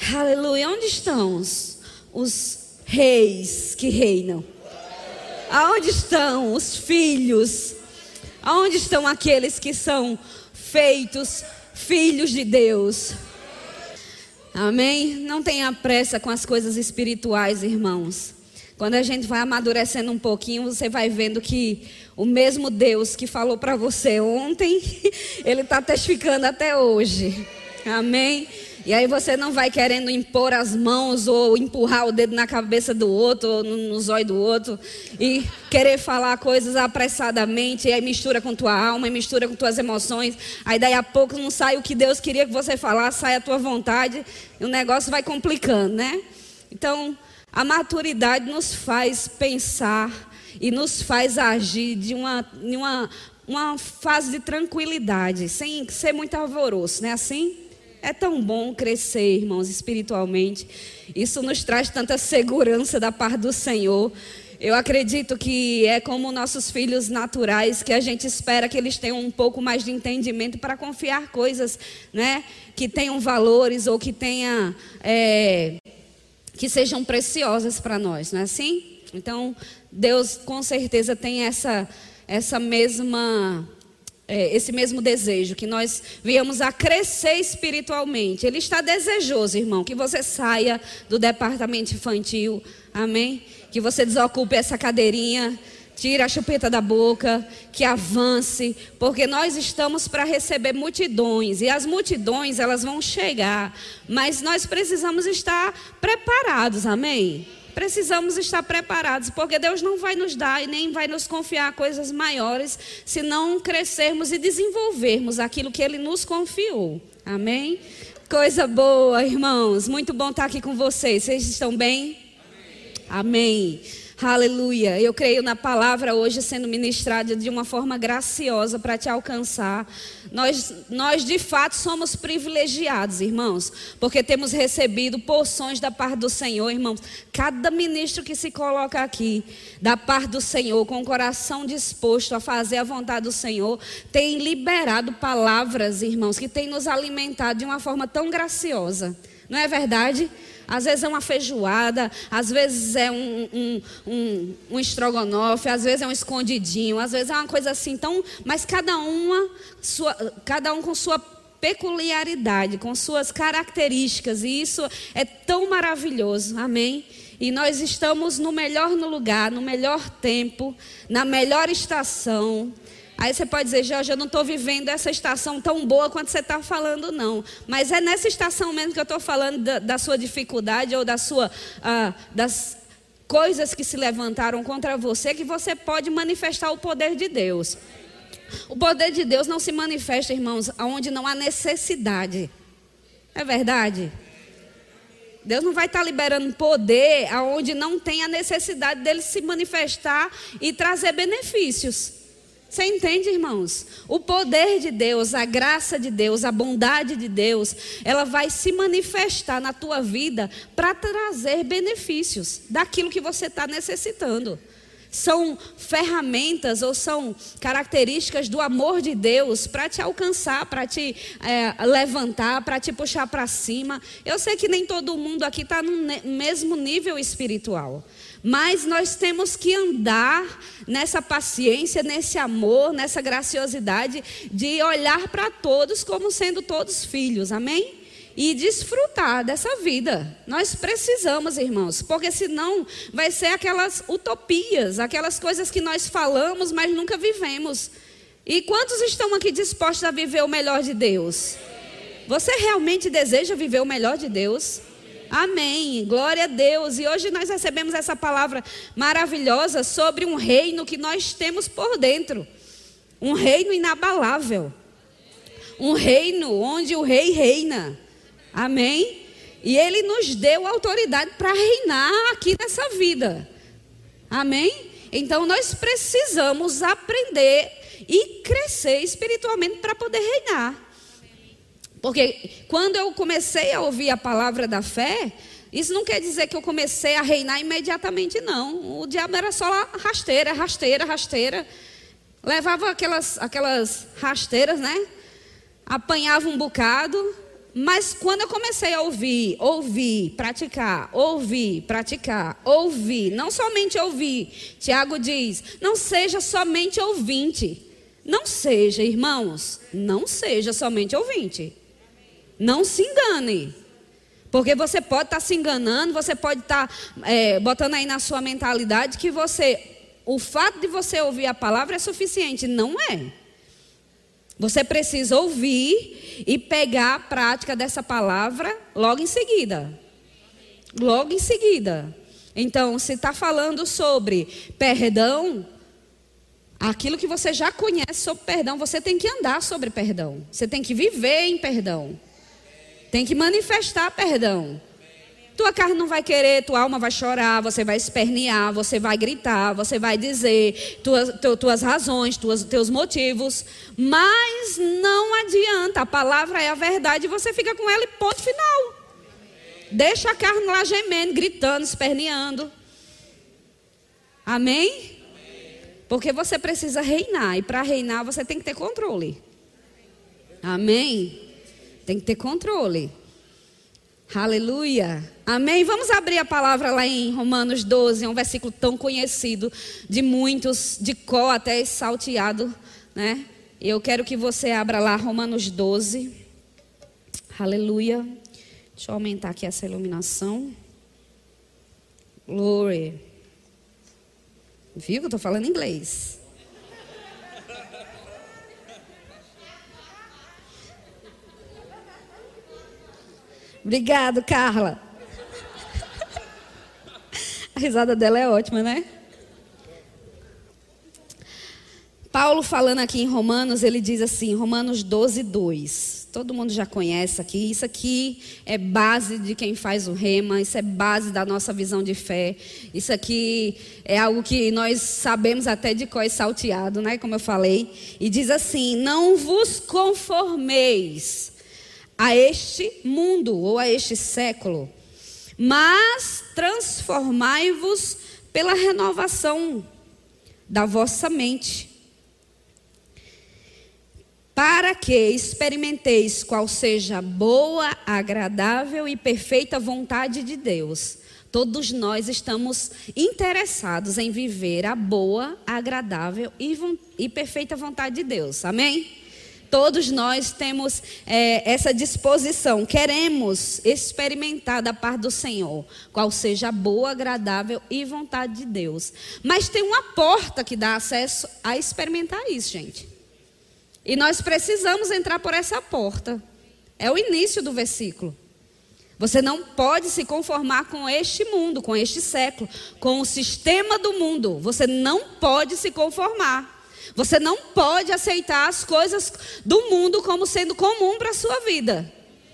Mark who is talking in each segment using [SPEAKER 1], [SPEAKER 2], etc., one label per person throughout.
[SPEAKER 1] Aleluia. Onde estão os reis que reinam? Aonde estão os filhos? Aonde estão aqueles que são feitos filhos de Deus? Amém? Não tenha pressa com as coisas espirituais, irmãos. Quando a gente vai amadurecendo um pouquinho, você vai vendo que o mesmo Deus que falou para você ontem, Ele está testificando até hoje. Amém? E aí você não vai querendo impor as mãos ou empurrar o dedo na cabeça do outro ou no zóio do outro e querer falar coisas apressadamente, e aí mistura com tua alma, e mistura com tuas emoções. Aí daí a pouco não sai o que Deus queria que você falasse, sai a tua vontade e o negócio vai complicando, né? Então, a maturidade nos faz pensar e nos faz agir de uma fase de tranquilidade, sem ser muito alvoroço, não é assim? É tão bom crescer, irmãos, espiritualmente. Isso nos traz tanta segurança da parte do Senhor. Eu acredito que é como nossos filhos naturais, que a gente espera que eles tenham um pouco mais de entendimento para confiar coisas, né, que tenham valores ou que tenha, que sejam preciosas para nós, não é assim? Então, Deus com certeza tem esse mesmo desejo, que nós viemos a crescer espiritualmente. Ele está desejoso, irmão, que você saia do departamento infantil, amém? Que você desocupe essa cadeirinha, tire a chupeta da boca, que avance, porque nós estamos para receber multidões, e as multidões elas vão chegar, mas nós precisamos estar preparados, amém? Precisamos estar preparados, porque Deus não vai nos dar e nem vai nos confiar coisas maiores se não crescermos e desenvolvermos aquilo que Ele nos confiou. Amém? Coisa boa, irmãos. Muito bom estar aqui com vocês. Vocês estão bem? Amém. Aleluia. Eu creio na palavra hoje sendo ministrada de uma forma graciosa para te alcançar. Nós de fato somos privilegiados, irmãos, porque temos recebido porções da parte do Senhor, irmãos. Cada ministro que se coloca aqui, da parte do Senhor, com o coração disposto a fazer a vontade do Senhor, tem liberado palavras, irmãos, que tem nos alimentado de uma forma tão graciosa. Não é verdade? Às vezes é uma feijoada, às vezes é um estrogonofe, às vezes é um escondidinho, às vezes é uma coisa assim tão... Mas cada um com sua peculiaridade, com suas características, e isso é tão maravilhoso, amém? E nós estamos no lugar, no melhor tempo, na melhor estação. Aí você pode dizer, Jorge, eu não estou vivendo essa estação tão boa quanto você está falando, não. Mas é nessa estação mesmo que eu estou falando da sua dificuldade ou das coisas que se levantaram contra você, que você pode manifestar o poder de Deus. O poder de Deus não se manifesta, irmãos, onde não há necessidade. É verdade? Deus não vai estar liberando poder onde não tem a necessidade dele se manifestar e trazer benefícios. Você entende, irmãos? O poder de Deus, a graça de Deus, a bondade de Deus, ela vai se manifestar na tua vida para trazer benefícios daquilo que você está necessitando. São ferramentas ou são características do amor de Deus para te alcançar, para te levantar, para te puxar para cima. Eu sei que nem todo mundo aqui está no mesmo nível espiritual. Mas nós temos que andar nessa paciência, nesse amor, nessa graciosidade de olhar para todos como sendo todos filhos, amém? E desfrutar dessa vida. Nós precisamos, irmãos, porque senão vai ser aquelas utopias, aquelas coisas que nós falamos, mas nunca vivemos. E quantos estão aqui dispostos a viver o melhor de Deus? Você realmente deseja viver o melhor de Deus? Amém, glória a Deus. E hoje nós recebemos essa palavra maravilhosa sobre um reino que nós temos por dentro. Um reino inabalável. Um reino onde o rei reina. Amém? E ele nos deu autoridade para reinar aqui nessa vida. Amém? Então nós precisamos aprender e crescer espiritualmente para poder reinar. Porque quando eu comecei a ouvir a palavra da fé, isso não quer dizer que eu comecei a reinar imediatamente, não. O diabo era só rasteira. Levava aquelas rasteiras, né? Apanhava um bocado, Mas quando eu comecei a ouvir, praticar, não somente ouvir, Tiago diz, não seja somente ouvinte. Não seja, irmãos, não seja somente ouvinte. Não se engane. Porque você pode estar se enganando, você pode estar botando aí na sua mentalidade que o fato de você ouvir a palavra é suficiente. Não é. Você precisa ouvir e pegar a prática dessa palavra logo em seguida. Logo em seguida. Então, se está falando sobre perdão, aquilo que você já conhece sobre perdão, você tem que andar sobre perdão. Você tem que viver em perdão. Tem que manifestar perdão. Tua carne não vai querer, tua alma vai chorar, você vai espernear, você vai gritar, você vai dizer tuas razões, teus motivos. Mas não adianta, a palavra é a verdade e você fica com ela e ponto final. Deixa a carne lá gemendo, gritando, esperneando. Amém? Porque você precisa reinar e para reinar você tem que ter controle. Amém? Tem que ter controle. Aleluia. Amém? Vamos abrir a palavra lá em Romanos 12, é um versículo tão conhecido de muitos, de cor até salteado, né? Eu quero que você abra lá Romanos 12. Aleluia. Deixa eu aumentar aqui essa iluminação. Glory. Viu que eu estou falando inglês? Obrigado, Carla. A risada dela é ótima, né? Paulo falando aqui em Romanos, ele diz assim, Romanos 12, 2. Todo mundo já conhece aqui. Isso aqui é base de quem faz o rema. Isso é base da nossa visão de fé. Isso aqui é algo que nós sabemos até de cor e salteado, né? Como eu falei. E diz assim, não vos conformeis a este mundo ou a este século, mas transformai-vos pela renovação da vossa mente, para que experimenteis qual seja a boa, agradável e perfeita vontade de Deus. Todos nós estamos interessados em viver a boa, agradável e perfeita vontade de Deus. Amém? Todos nós temos essa disposição, queremos experimentar da parte do Senhor, qual seja a boa, agradável e vontade de Deus. Mas tem uma porta que dá acesso a experimentar isso, gente. E nós precisamos entrar por essa porta. É o início do versículo. Você não pode se conformar com este mundo, com este século, com o sistema do mundo. Você não pode se conformar. Você não pode aceitar as coisas do mundo como sendo comum para a sua vida.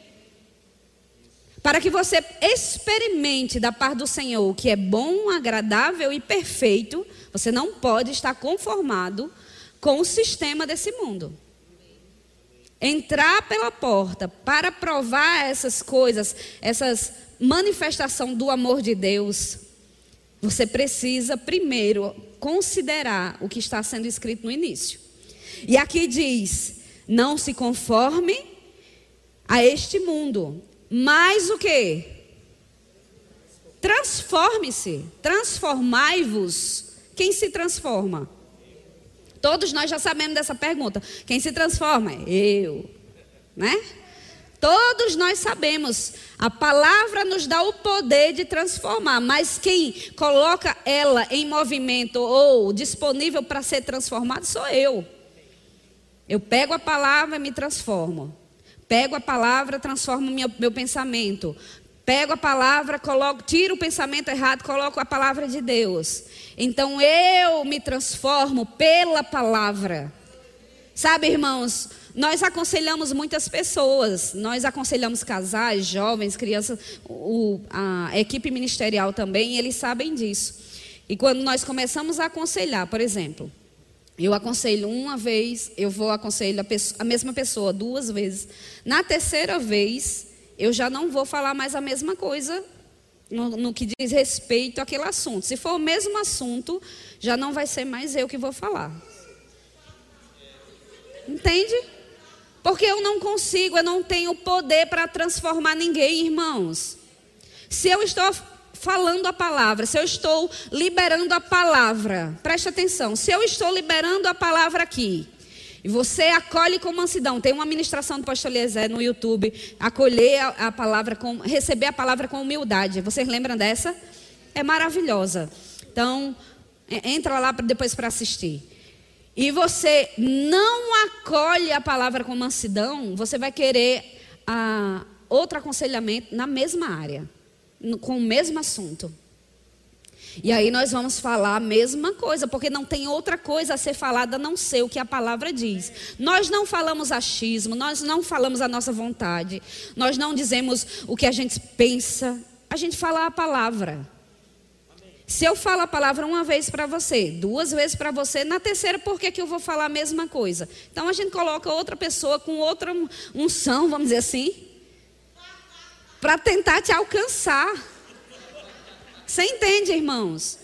[SPEAKER 1] Para que você experimente da parte do Senhor o que é bom, agradável e perfeito, você não pode estar conformado com o sistema desse mundo. Entrar pela porta para provar essas coisas, essas manifestações do amor de Deus, você precisa primeiro considerar o que está sendo escrito no início. E aqui diz, não se conforme a este mundo, mas o quê? Transforme-se, transformai-vos. Quem se transforma? Todos nós já sabemos dessa pergunta. Quem se transforma? Eu, né? Todos nós sabemos, a palavra nos dá o poder de transformar, mas quem coloca ela em movimento ou disponível para ser transformado sou eu. Eu pego a palavra e me transformo. Pego a palavra, transformo meu pensamento. Pego a palavra, tiro o pensamento errado, coloco a palavra de Deus. Então eu me transformo pela palavra. Sabe, irmãos, nós aconselhamos muitas pessoas, nós aconselhamos casais, jovens, crianças, a equipe ministerial também, eles sabem disso. E quando nós começamos a aconselhar, por exemplo, eu aconselho uma vez, eu vou aconselhar a mesma pessoa 2 vezes. Na terceira vez, eu já não vou falar mais a mesma coisa no que diz respeito àquele assunto. Se for o mesmo assunto, já não vai ser mais eu que vou falar. Entende? Porque eu não consigo, eu não tenho poder para transformar ninguém, irmãos. Se eu estou falando a palavra, se eu estou liberando a palavra, preste atenção, se eu estou liberando a palavra aqui, e você acolhe com mansidão, tem uma ministração do pastor Eliezer no YouTube, acolher a palavra, receber a palavra com humildade, vocês lembram dessa? É maravilhosa. Então, entra lá depois para assistir. E você não acolhe a palavra com mansidão, você vai querer outro aconselhamento na mesma área, com o mesmo assunto. E aí nós vamos falar a mesma coisa, porque não tem outra coisa a ser falada a não ser o que a palavra diz. Nós não falamos achismo, nós não falamos a nossa vontade, nós não dizemos o que a gente pensa, a gente fala a palavra. Se eu falo a palavra uma vez para você, 2 vezes para você, na terceira por que eu vou falar a mesma coisa? Então a gente coloca outra pessoa com outra unção, vamos dizer assim, para tentar te alcançar. Você entende, irmãos?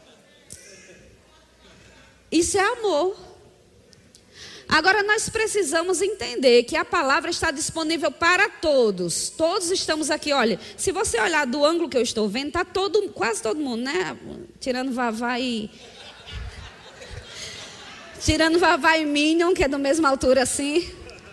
[SPEAKER 1] Isso é amor. Agora nós precisamos entender que a palavra está disponível para todos. Todos estamos aqui, olha. Se você olhar do ângulo que eu estou vendo, está quase todo mundo, né? Tirando Vavá e Minion, que é da mesma altura assim.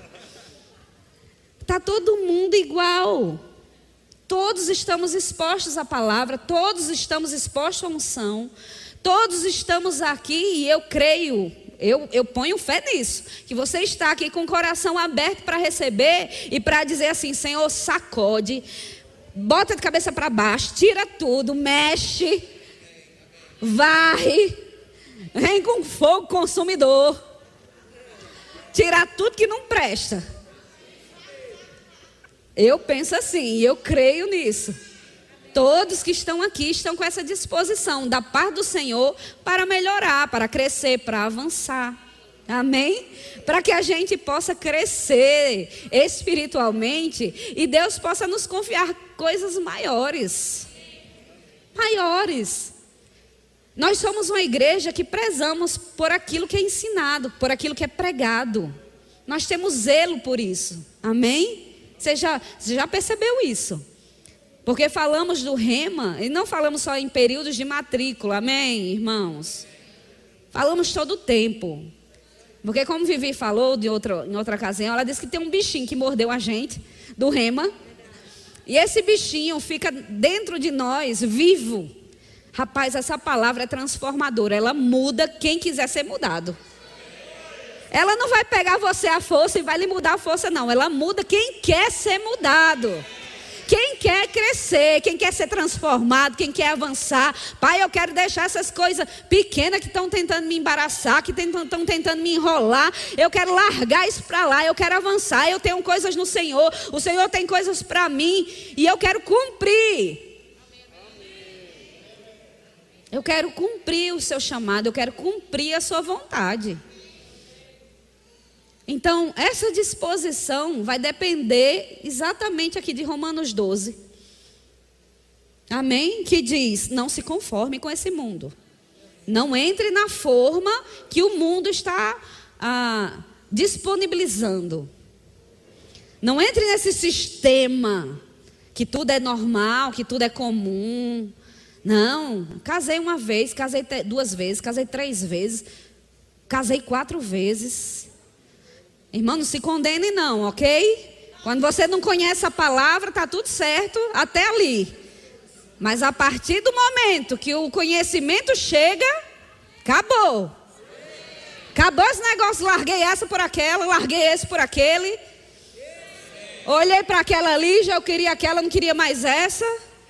[SPEAKER 1] Está todo mundo igual. Todos estamos expostos à palavra, todos estamos expostos à unção. Todos estamos aqui e eu creio. Eu ponho fé nisso, que você está aqui com o coração aberto para receber e para dizer assim: Senhor, sacode, bota de cabeça para baixo, tira tudo, mexe, varre, vem com fogo consumidor, tirar tudo que não presta. Eu penso assim, e eu creio nisso. Todos que estão aqui estão com essa disposição da parte do Senhor para melhorar, para crescer, para avançar. Amém? Para que a gente possa crescer espiritualmente e Deus possa nos confiar coisas maiores. Maiores. Nós somos uma igreja que prezamos por aquilo que é ensinado, por aquilo que é pregado. Nós temos zelo por isso. Amém? Você já percebeu isso? Porque falamos do rema, e não falamos só em períodos de matrícula, amém, irmãos? Falamos todo o tempo. Porque como Vivi falou em outra ocasião, ela disse que tem um bichinho que mordeu a gente, do rema. E esse bichinho fica dentro de nós, vivo. Rapaz, essa palavra é transformadora, ela muda quem quiser ser mudado. Ela não vai pegar você à força e vai lhe mudar a força, não. Ela muda quem quer ser mudado. Quem quer crescer, quem quer ser transformado, quem quer avançar. Pai, eu quero deixar essas coisas pequenas que estão tentando me embaraçar, que estão tentando me enrolar. Eu quero largar isso para lá, eu quero avançar. Eu tenho coisas no Senhor, o Senhor tem coisas para mim e eu quero cumprir. Eu quero cumprir o seu chamado, eu quero cumprir a sua vontade. Então, essa disposição vai depender exatamente aqui de Romanos 12. Amém? Que diz, não se conforme com esse mundo. Não entre na forma que o mundo está disponibilizando. Não entre nesse sistema que tudo é normal, que tudo é comum. Não, casei uma vez, casei 2 vezes, casei 3 vezes, casei 4 vezes. Irmão, não se condene não, ok? Quando você não conhece a palavra, está tudo certo até ali. Mas a partir do momento que o conhecimento chega, acabou. Acabou esse negócio, larguei essa por aquela, larguei esse por aquele. Olhei para aquela ali, já eu queria aquela, não queria mais essa.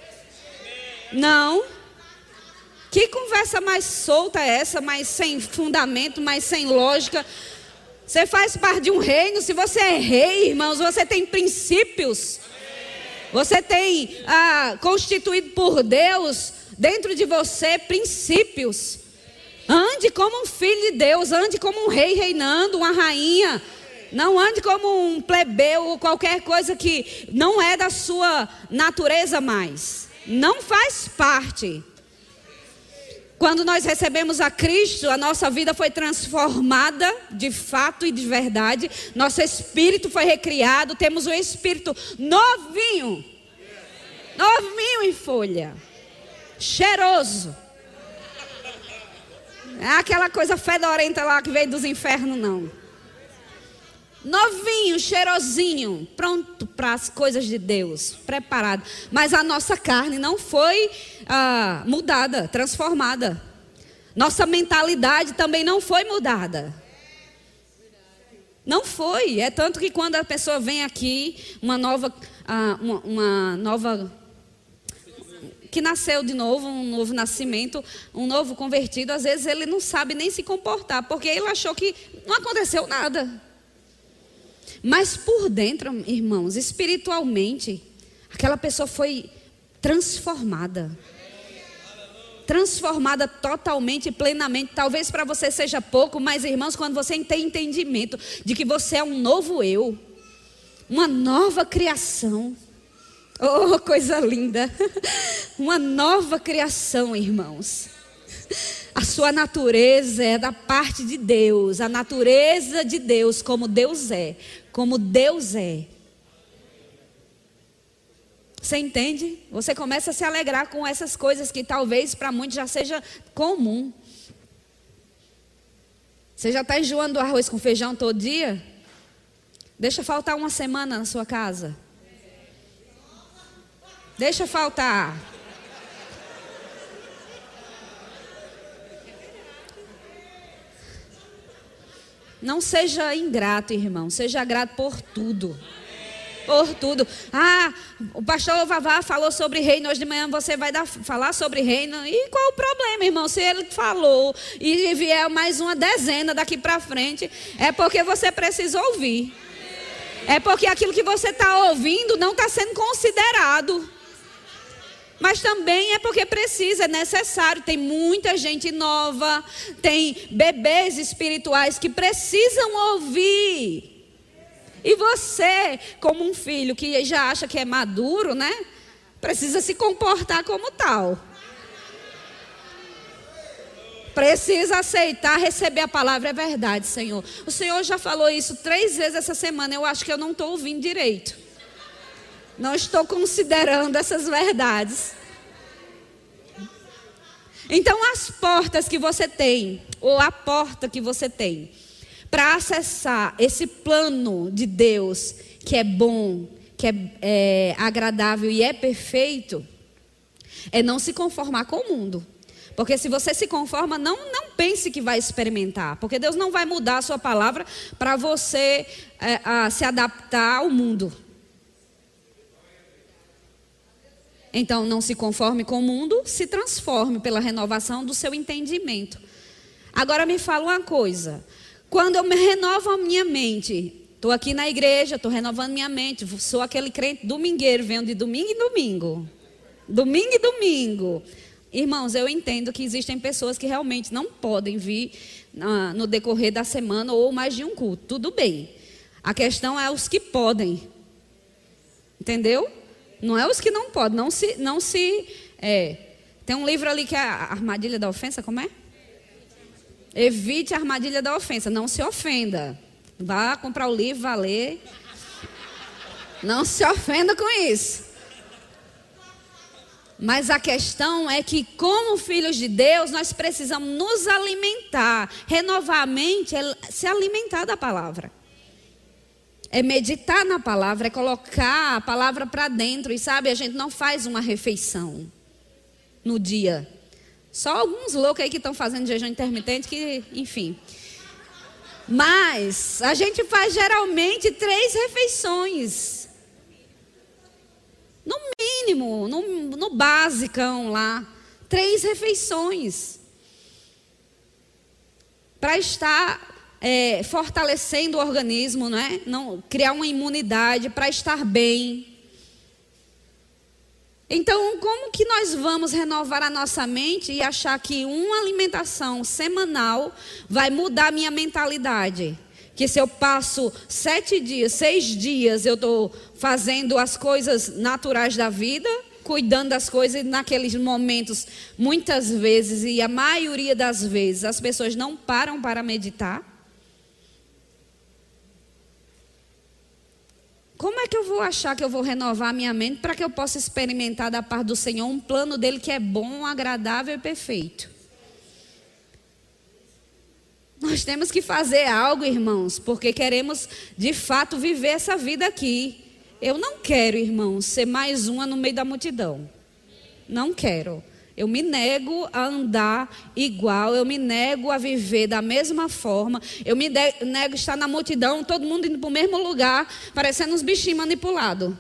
[SPEAKER 1] Não. Que conversa mais solta é essa, mais sem fundamento, mais sem lógica? Você faz parte de um reino. Se você é rei, irmãos, você tem princípios. Você tem constituído por Deus dentro de você princípios. Ande como um filho de Deus, ande como um rei reinando, uma rainha. Não ande como um plebeu ou qualquer coisa que não é da sua natureza mais. Não faz parte. Quando nós recebemos a Cristo, a nossa vida foi transformada de fato e de verdade. Nosso espírito foi recriado. Temos um espírito novinho. Novinho em folha. Cheiroso. Não é aquela coisa fedorenta lá que veio dos infernos, não. Novinho, cheirosinho, pronto para as coisas de Deus, preparado. Mas a nossa carne não foi mudada, transformada. Nossa mentalidade também não foi mudada. Não foi. É tanto que quando a pessoa vem aqui, uma nova que nasceu de novo, um novo nascimento, um novo convertido, às vezes ele não sabe nem se comportar, porque ele achou que não aconteceu nada. Mas por dentro, irmãos, espiritualmente, aquela pessoa foi transformada. Transformada totalmente e plenamente. Talvez para você seja pouco, mas irmãos, quando você tem entendimento de que você é um novo eu, uma nova criação. Oh, coisa linda. Uma nova criação, irmãos. A sua natureza é da parte de Deus. A natureza de Deus, como Deus é. Como Deus é. Você entende? Você começa a se alegrar com essas coisas que talvez para muitos já seja comum. Você já está enjoando arroz com feijão todo dia? Deixa faltar uma semana na sua casa. Deixa faltar. Não seja ingrato, irmão. Seja grato por tudo. Por tudo. O pastor Vavá falou sobre reino. Hoje de manhã você vai falar sobre reino. E qual o problema, irmão? Se ele falou e vier mais uma dezena daqui para frente, é porque você precisa ouvir. É porque aquilo que você está ouvindo não está sendo considerado. Mas também é porque precisa, é necessário. Tem muita gente nova, tem bebês espirituais que precisam ouvir. E você, como um filho que já acha que é maduro, né? Precisa se comportar como tal. Precisa aceitar, receber a palavra, é verdade, Senhor. O Senhor já falou isso 3 vezes essa semana, eu acho que eu não estou ouvindo direito. Não estou considerando essas verdades. Então as portas que você tem, ou a porta que você tem, para acessar esse plano de Deus, que é bom, que é agradável e é perfeito, é não se conformar com o mundo. Porque se você se conforma, não pense que vai experimentar. Porque Deus não vai mudar a sua palavra para você se adaptar ao mundo. Então, não se conforme com o mundo, se transforme pela renovação do seu entendimento. Agora me fala uma coisa. Quando eu me renovo a minha mente, estou aqui na igreja, estou renovando minha mente, sou aquele crente domingueiro, venho de domingo em domingo. Domingo e domingo. Irmãos, eu entendo que existem pessoas que realmente não podem vir no decorrer da semana ou mais de um culto. Tudo bem. A questão é os que podem. Entendeu? Não é os que não podem. Tem um livro ali que é a Armadilha da Ofensa, como é? Evite a armadilha da ofensa. Não se ofenda. Vá comprar o livro, vá ler. Não se ofenda com isso. Mas a questão é que, como filhos de Deus, nós precisamos nos alimentar. Renovar a mente é se alimentar da palavra. É meditar na palavra, é colocar a palavra para dentro. E sabe, a gente não faz uma refeição no dia. Só alguns loucos aí que estão fazendo jejum intermitente, que, enfim. Mas a gente faz geralmente 3 refeições. No mínimo, no basicão lá. 3 refeições. Para estar fortalecendo o organismo, né? Criar uma imunidade para estar bem. Então, como que nós vamos renovar a nossa mente e achar que uma alimentação semanal vai mudar a minha mentalidade? Que se eu passo 7 dias, 6 dias, eu estou fazendo as coisas naturais da vida, cuidando das coisas, e naqueles momentos, muitas vezes, e a maioria das vezes, as pessoas não param para meditar. Como é que eu vou achar que eu vou renovar a minha mente para que eu possa experimentar da parte do Senhor um plano dele que é bom, agradável e perfeito? Nós temos que fazer algo, irmãos, porque queremos de fato viver essa vida aqui. Eu não quero, irmãos, ser mais uma no meio da multidão. Não quero. Eu me nego a andar igual, eu me nego a viver da mesma forma. Eu me nego a estar na multidão, todo mundo indo para o mesmo lugar, parecendo uns bichinhos manipulados.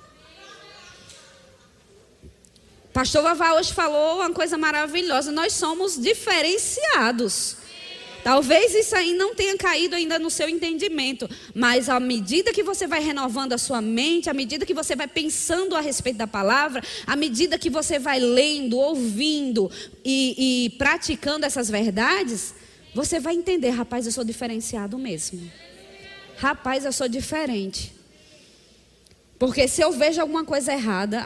[SPEAKER 1] Pastor Vavá hoje falou uma coisa maravilhosa. Nós somos diferenciados. Talvez isso aí não tenha caído ainda no seu entendimento, mas à medida que você vai renovando a sua mente, à medida que você vai pensando a respeito da palavra, à medida que você vai lendo, ouvindo e praticando essas verdades, você vai entender, rapaz, eu sou diferenciado mesmo. Rapaz, eu sou diferente. Porque se eu vejo alguma coisa errada,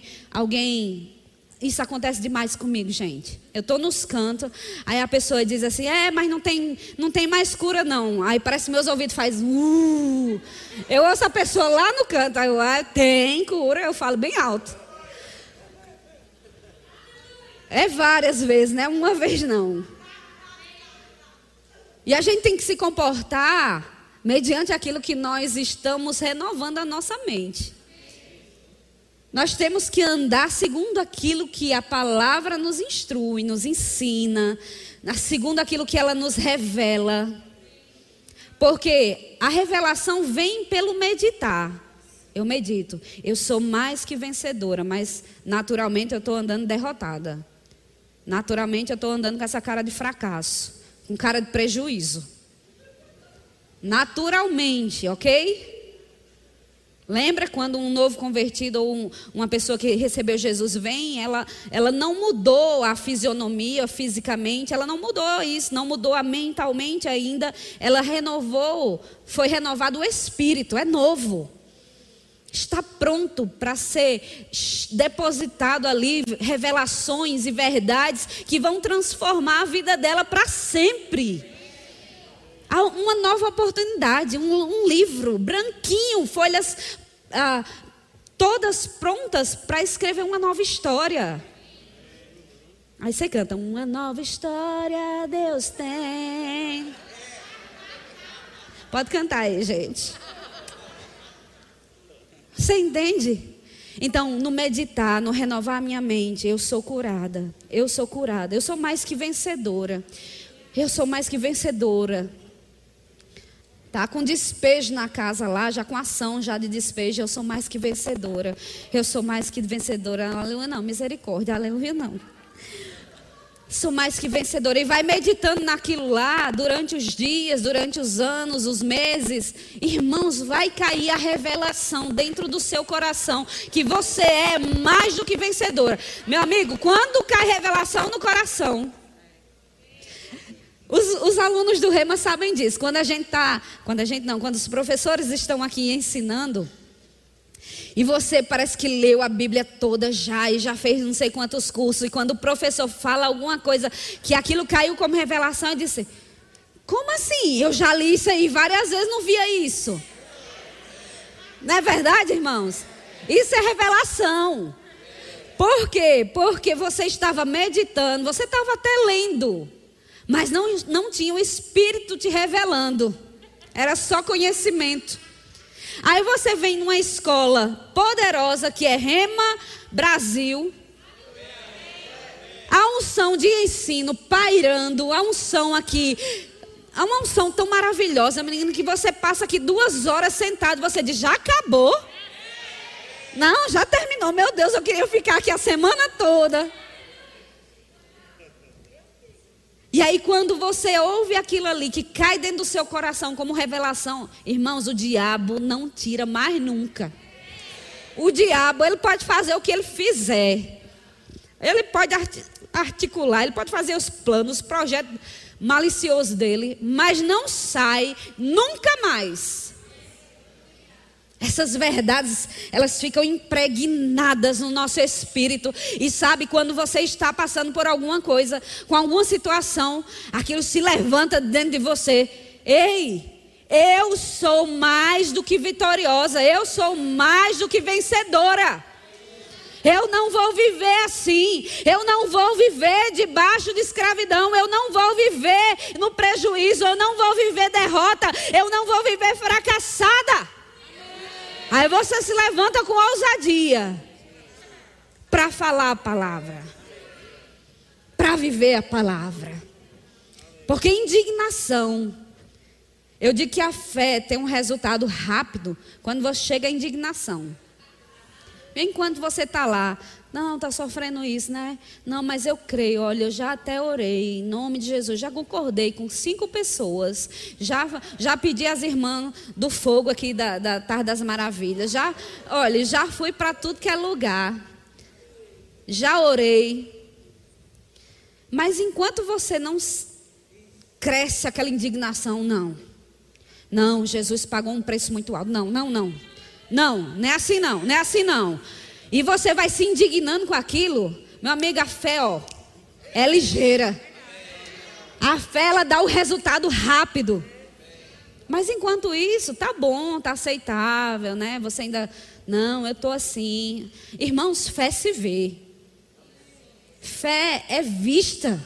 [SPEAKER 1] isso acontece demais comigo, gente. Eu estou nos cantos, aí a pessoa diz assim, mas não tem mais cura não. Aí parece que meus ouvidos fazem Eu ouço a pessoa lá no canto, aí eu, tem cura, eu falo bem alto. É várias vezes, né? Uma vez não. E a gente tem que se comportar mediante aquilo que nós estamos renovando a nossa mente. Nós temos que andar segundo aquilo que a palavra nos instrui, nos ensina, segundo aquilo que ela nos revela. Porque a revelação vem pelo meditar. Eu medito, eu sou mais que vencedora, mas naturalmente eu estou andando derrotada. Naturalmente eu estou andando com essa cara de fracasso, com cara de prejuízo. Naturalmente, ok? Lembra quando um novo convertido ou uma pessoa que recebeu Jesus vem, ela não mudou a fisionomia fisicamente, ela não mudou isso, não mudou mentalmente ainda, ela renovou, foi renovado o espírito, é novo. Está pronto para ser depositado ali revelações e verdades que vão transformar a vida dela para sempre. Há uma nova oportunidade, um livro branquinho, folhas todas prontas para escrever uma nova história. Aí você canta, uma nova história Deus tem. Pode cantar aí, gente. Você entende? Então, no meditar, no renovar a minha mente, eu sou curada, eu sou curada, eu sou mais que vencedora. Eu sou mais que vencedora. Tá com despejo na casa lá, já com ação já de despejo, eu sou mais que vencedora. Eu sou mais que vencedora. Aleluia não, misericórdia, aleluia não. Sou mais que vencedora. E vai meditando naquilo lá durante os dias, durante os anos, os meses. Irmãos, vai cair a revelação dentro do seu coração que você é mais do que vencedora. Meu amigo, quando cai revelação no coração, os alunos do Rema sabem disso. Quando os professores estão aqui ensinando, e você parece que leu a Bíblia toda já, e já fez não sei quantos cursos, e quando o professor fala alguma coisa, que aquilo caiu como revelação, e disse, como assim? Eu já li isso aí várias vezes, não via isso. Não é verdade, irmãos? Isso é revelação. Por quê? Porque você estava meditando, você estava até lendo, mas não tinha o Espírito te revelando. Era só conhecimento. Aí você vem numa escola poderosa que é Rema Brasil. A unção de ensino pairando. A unção aqui. Há uma unção tão maravilhosa, menino, que você passa aqui 2 horas sentado. Você diz, já acabou? Não, já terminou. Meu Deus, eu queria ficar aqui a semana toda. E aí quando você ouve aquilo ali que cai dentro do seu coração como revelação, irmãos, o diabo não tira mais nunca. O diabo, ele pode fazer o que ele fizer. Ele pode articular, ele pode fazer os planos, os projetos maliciosos dele, mas não sai nunca mais. Essas verdades, elas ficam impregnadas no nosso espírito. E sabe, quando você está passando por alguma coisa, com alguma situação, aquilo se levanta dentro de você. Ei, eu sou mais do que vitoriosa, eu sou mais do que vencedora. Eu não vou viver assim, eu não vou viver debaixo de escravidão, eu não vou viver no prejuízo, eu não vou viver derrota, eu não vou viver fracassada. Aí você se levanta com ousadia para falar a palavra, para viver a palavra. Porque indignação, eu digo que a fé tem um resultado rápido quando você chega à indignação. Enquanto você está lá, não, está sofrendo isso, né? Não, mas eu creio, olha, eu já até orei, em nome de Jesus, já concordei com 5 pessoas, já pedi às irmãs do fogo aqui da Tarde das Maravilhas, já fui para tudo que é lugar, já orei. Mas enquanto você não cresce aquela indignação, não, Jesus pagou um preço muito alto, não é assim não. E você vai se indignando com aquilo. Meu amigo, a fé, é ligeira. A fé, ela dá o resultado rápido. Mas enquanto isso, tá bom, tá aceitável, né? Você ainda, não, eu tô assim. Irmãos, fé se vê. Fé é vista.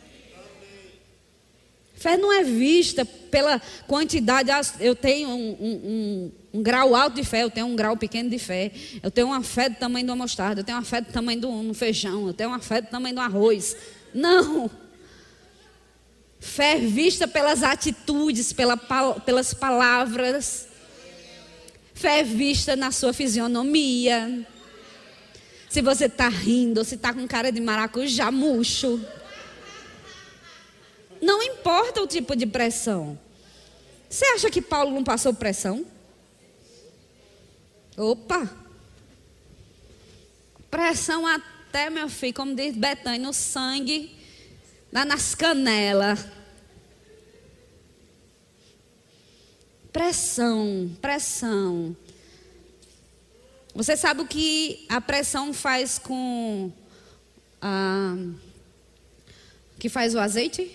[SPEAKER 1] Fé não é vista pela quantidade. Eu tenho um grau alto de fé, eu tenho um grau pequeno de fé. Eu tenho uma fé do tamanho de uma mostarda, eu tenho uma fé do tamanho do feijão, eu tenho uma fé do tamanho do arroz. Não. Fé vista pelas atitudes, pelas palavras. Fé vista na sua fisionomia. Se você está rindo, ou se está com cara de maracujá murcho. Não importa o tipo de pressão. Você acha que Paulo não passou pressão? Opa! Pressão até, meu filho, como diz Betânia, no sangue, lá nas canelas. Pressão. Você sabe o que a pressão faz com o que faz o azeite?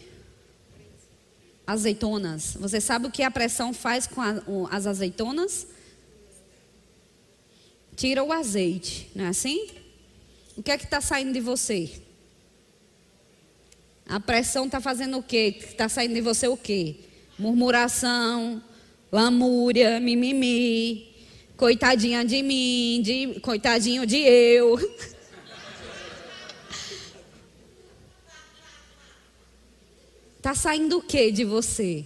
[SPEAKER 1] Azeitonas. Você sabe o que a pressão faz com as azeitonas? Tira o azeite, não é assim? O que é que está saindo de você? A pressão está fazendo o quê? Está saindo de você o quê? Murmuração, lamúria, mimimi, coitadinha de mim, coitadinho de eu. Está saindo o quê de você?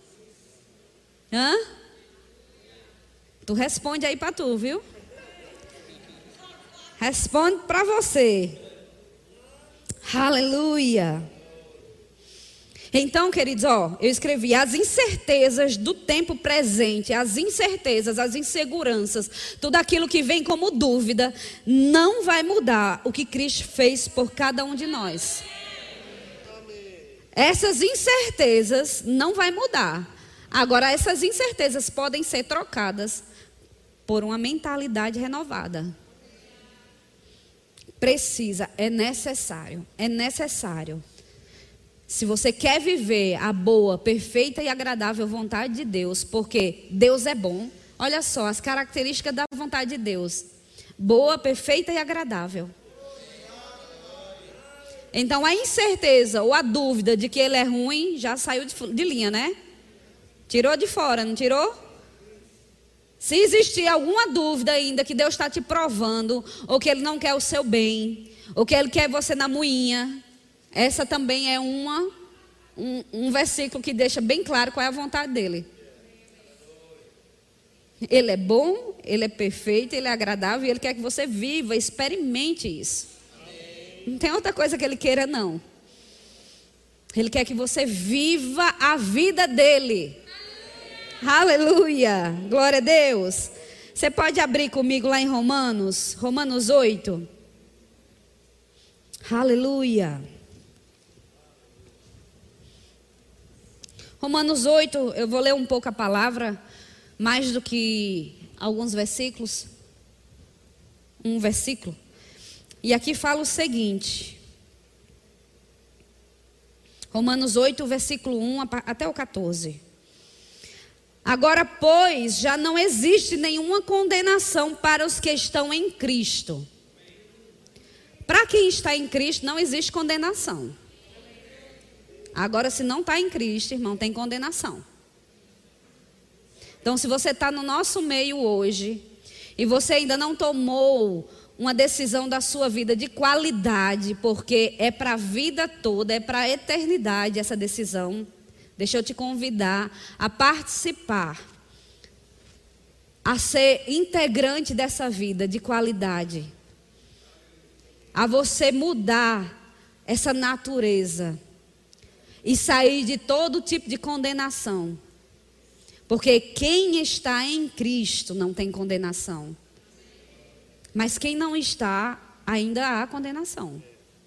[SPEAKER 1] Tu responde aí para tu, viu? Responde para você. Aleluia. Então, queridos, eu escrevi as incertezas do tempo presente, as incertezas, as inseguranças, tudo aquilo que vem como dúvida, não vai mudar o que Cristo fez por cada um de nós. Essas incertezas não vai mudar. Agora, essas incertezas podem ser trocadas por uma mentalidade renovada. É necessário. Se você quer viver a boa, perfeita e agradável vontade de Deus, porque Deus é bom, olha só as características da vontade de Deus: boa, perfeita e agradável. Então a incerteza ou a dúvida de que ele é ruim já saiu de linha, né? Tirou de fora, não tirou? Se existir alguma dúvida ainda que Deus está te provando, ou que Ele não quer o seu bem, ou que Ele quer você na moinha, essa também é um versículo que deixa bem claro qual é a vontade dEle. Ele é bom, Ele é perfeito, Ele é agradável e Ele quer que você viva, experimente isso. Não tem outra coisa que Ele queira, não. Ele quer que você viva a vida dEle. Aleluia, glória a Deus. Você pode abrir comigo lá em Romanos 8. Aleluia. Romanos 8, eu vou ler um pouco a palavra, mais do que alguns versículos. Um versículo. E aqui fala o seguinte. Romanos 8, versículo 1 até o 14. Agora, pois, já não existe nenhuma condenação para os que estão em Cristo. Para quem está em Cristo, não existe condenação. Agora, se não está em Cristo, irmão, tem condenação. Então, se você está no nosso meio hoje, e você ainda não tomou uma decisão da sua vida de qualidade, porque é para a vida toda, é para a eternidade essa decisão, deixa eu te convidar a participar, a ser integrante dessa vida de qualidade, a você mudar essa natureza e sair de todo tipo de condenação, porque quem está em Cristo não tem condenação, mas quem não está, ainda há condenação.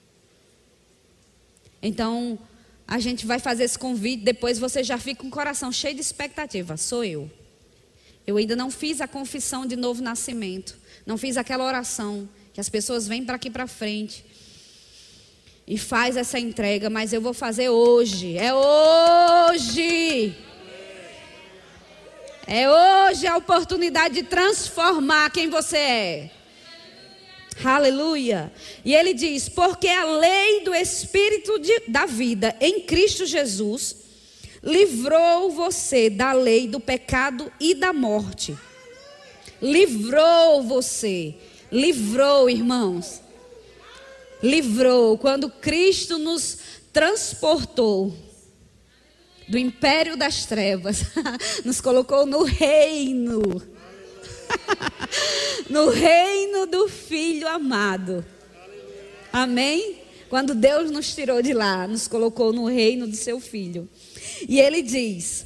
[SPEAKER 1] Então, a gente vai fazer esse convite, depois você já fica com o coração cheio de expectativa. Sou eu. Eu ainda não fiz a confissão de novo nascimento. Não fiz aquela oração que as pessoas vêm para aqui para frente e faz essa entrega, mas eu vou fazer hoje. É hoje. É hoje a oportunidade de transformar quem você é. Aleluia. E ele diz, porque a lei do Espírito da vida em Cristo Jesus livrou você da lei do pecado e da morte. Livrou você. Livrou, irmãos. Livrou. Quando Cristo nos transportou do império das trevas, nos colocou no reino. No reino do Filho amado. Amém? Quando Deus nos tirou de lá, nos colocou no reino do seu Filho. E ele diz,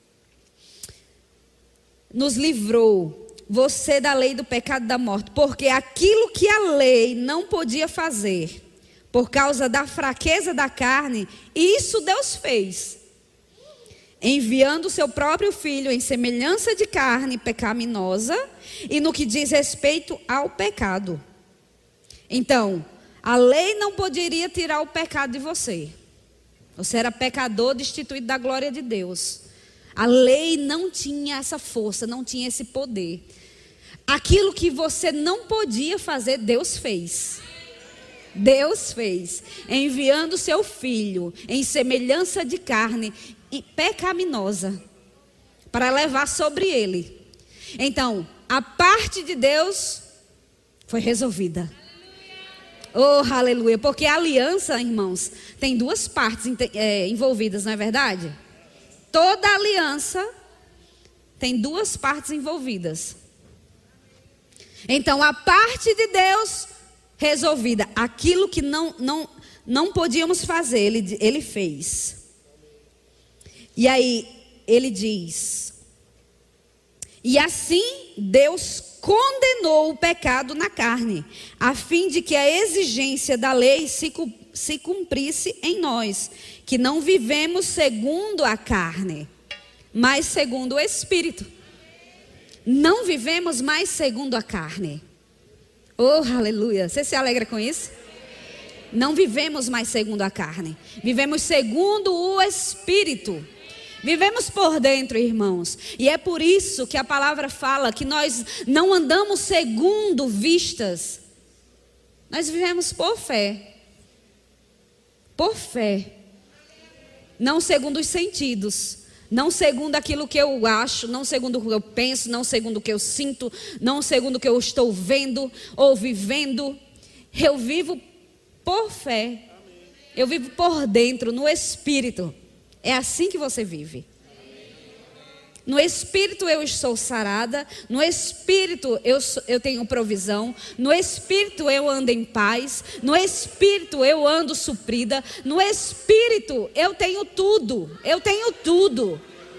[SPEAKER 1] nos livrou você da lei do pecado e da morte, porque aquilo que a lei não podia fazer, por causa da fraqueza da carne, isso Deus fez, enviando o seu próprio Filho em semelhança de carne pecaminosa e no que diz respeito ao pecado. Então, a lei não poderia tirar o pecado de você. Você era pecador, destituído da glória de Deus. A lei não tinha essa força, não tinha esse poder. Aquilo que você não podia fazer, Deus fez. Deus fez, enviando o seu Filho em semelhança de carne e pecaminosa, para levar sobre ele. Então, a parte de Deus foi resolvida. Oh, aleluia. Porque a aliança, irmãos, tem duas partes envolvidas, não é verdade? Toda aliança tem duas partes envolvidas. Então, a parte de Deus resolvida, aquilo que não podíamos fazer, ele fez. E aí, ele diz, e assim Deus condenou o pecado na carne, a fim de que a exigência da lei se cumprisse em nós, que não vivemos segundo a carne, mas segundo o Espírito. Não vivemos mais segundo a carne. Oh, aleluia. Você se alegra com isso? Não vivemos mais segundo a carne, vivemos segundo o Espírito. Vivemos por dentro, irmãos. E é por isso que a palavra fala que nós não andamos segundo vistas. Nós vivemos por fé. Por fé. Não segundo os sentidos. Não segundo aquilo que eu acho. Não segundo o que eu penso. Não segundo o que eu sinto. Não segundo o que eu estou vendo ou vivendo. Eu vivo por fé. Eu vivo por dentro, no Espírito. É assim que você vive. No Espírito eu estou sarada. No Espírito eu tenho provisão. No Espírito eu ando em paz. No Espírito eu ando suprida. No Espírito eu tenho tudo. Eu tenho tudo.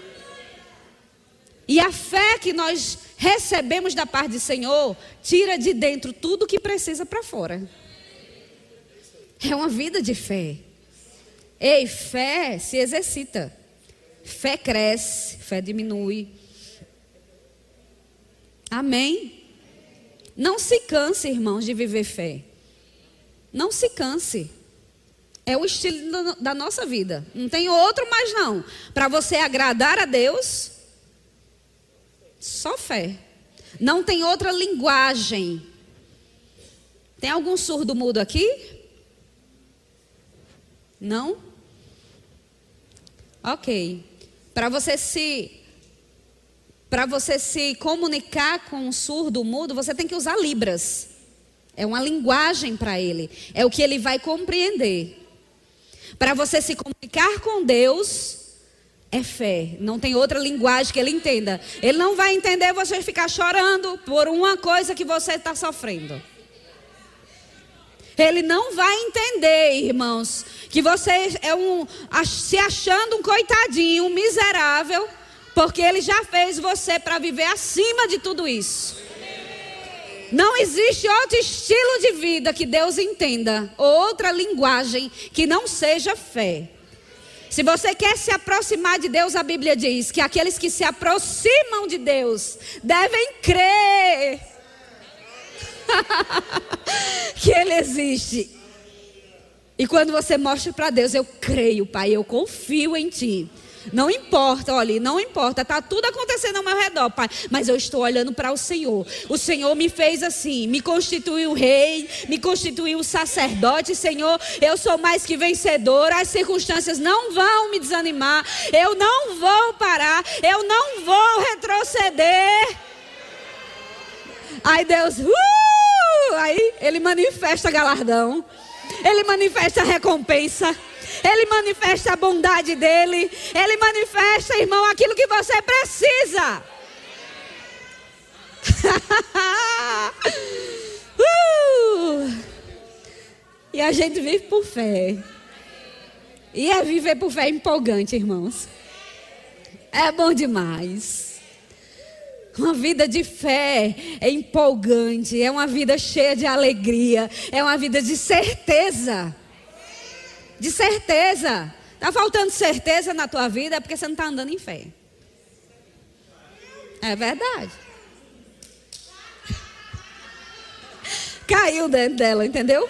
[SPEAKER 1] E a fé que nós recebemos da parte do Senhor tira de dentro tudo que precisa para fora. É uma vida de fé. Ei, fé se exercita. Fé cresce, fé diminui. Amém? Não se canse, irmãos, de viver fé. Não se canse. É o estilo da nossa vida. Não tem outro mais não. Para você agradar a Deus, só fé. Não tem outra linguagem. Tem algum surdo mudo aqui? Não? Ok. Para você se comunicar com um surdo mudo, você tem que usar Libras. É uma linguagem para ele. É o que ele vai compreender. Para você se comunicar com Deus, é fé. Não tem outra linguagem que ele entenda. Ele não vai entender você ficar chorando por uma coisa que você está sofrendo. Ele não vai entender, irmãos, que você é se achando um coitadinho, um miserável, porque ele já fez você para viver acima de tudo isso. Não existe outro estilo de vida que Deus entenda, outra linguagem que não seja fé. Se você quer se aproximar de Deus, a Bíblia diz que aqueles que se aproximam de Deus devem crer que Ele existe. E quando você mostra para Deus, eu creio, Pai, eu confio em Ti. Não importa, olha, não importa, está tudo acontecendo ao meu redor, Pai, mas eu estou olhando para o Senhor. O Senhor me fez assim, me constituiu rei, me constituiu sacerdote. Senhor, eu sou mais que vencedora. As circunstâncias não vão me desanimar, eu não vou parar, eu não vou retroceder. Aí Deus, aí Ele manifesta galardão, Ele manifesta recompensa, Ele manifesta a bondade dEle, Ele manifesta, irmão, aquilo que você precisa. E a gente vive por fé. E viver por fé é empolgante, irmãos. É bom demais. Uma vida de fé é empolgante, é uma vida cheia de alegria, é uma vida de certeza. De certeza. Está faltando certeza na tua vida, é porque você não está andando em fé. É verdade. Caiu dentro dela, entendeu?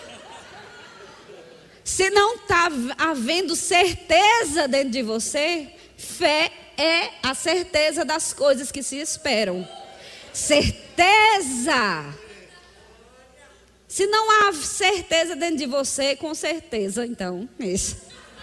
[SPEAKER 1] Se não está havendo certeza dentro de você, fé é a certeza das coisas que se esperam. Certeza. Se não há certeza dentro de você, com certeza, então, isso.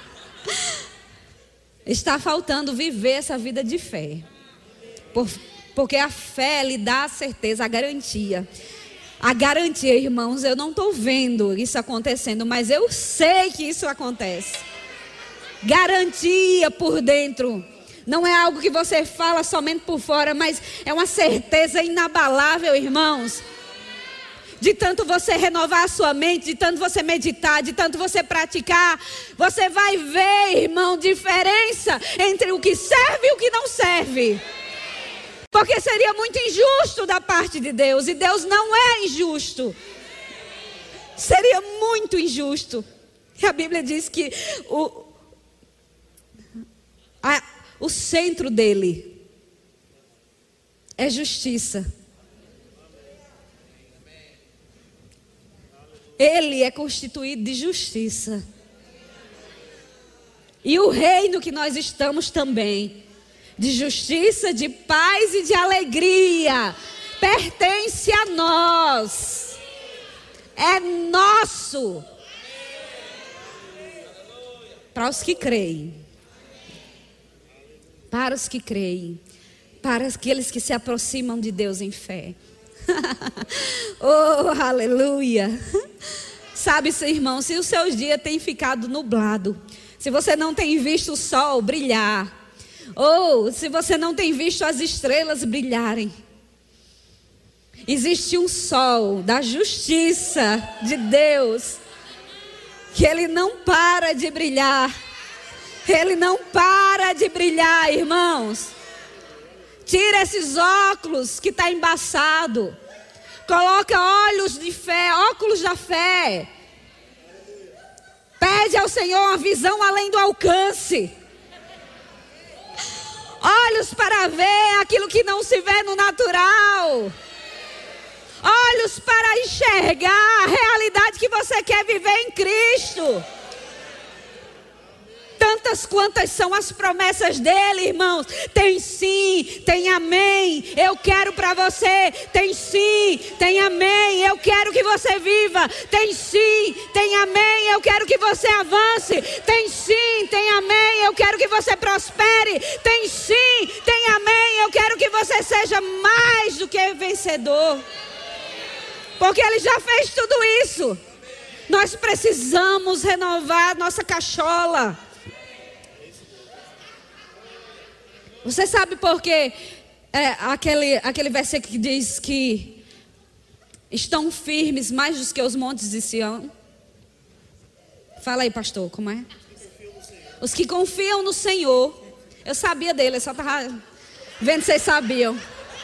[SPEAKER 1] Está faltando viver essa vida de fé. Porque a fé lhe dá a certeza, a garantia. A garantia, irmãos, eu não estou vendo isso acontecendo, mas eu sei que isso acontece. Garantia por dentro. Não é algo que você fala somente por fora, mas é uma certeza inabalável, irmãos. De tanto você renovar a sua mente, de tanto você meditar, de tanto você praticar, você vai ver, irmão, diferença entre o que serve e o que não serve. Porque seria muito injusto da parte de Deus, e Deus não é injusto. Seria muito injusto. E a Bíblia diz que o centro dele é justiça. Ele é constituído de justiça. E o reino que nós estamos também, de justiça, de paz e de alegria, pertence a nós. É nosso. Para os que creem. Para os que creem. Para aqueles que se aproximam de Deus em fé. Oh, aleluia. Sabe, irmão, se os seus dias têm ficado nublado, se você não tem visto o sol brilhar, ou se você não tem visto as estrelas brilharem, existe um sol da justiça de Deus, que ele não para de brilhar. Ele não para de brilhar, irmãos. Tira esses óculos que está embaçado. Coloca olhos de fé, óculos da fé. Pede ao Senhor uma visão além do alcance. Olhos para ver aquilo que não se vê no natural. olhos para enxergar a realidade que você quer viver em Cristo. Tantas quantas são as promessas dele, irmãos. Tem sim, tem amém. Eu quero para você. Tem sim, tem amém. Eu quero que você viva. Tem sim, tem amém. Eu quero que você avance. Tem sim, tem amém. Eu quero que você prospere. Tem sim, tem amém. Eu quero que você seja mais do que vencedor. Porque ele já fez tudo isso. Nós precisamos renovar nossa cachola. Você sabe por quê? Aquele versículo que diz que estão firmes mais do que os montes de Sião. Fala aí, pastor, como é? Os que confiam no Senhor. Eu sabia dele, eu só estava vendo se vocês sabiam.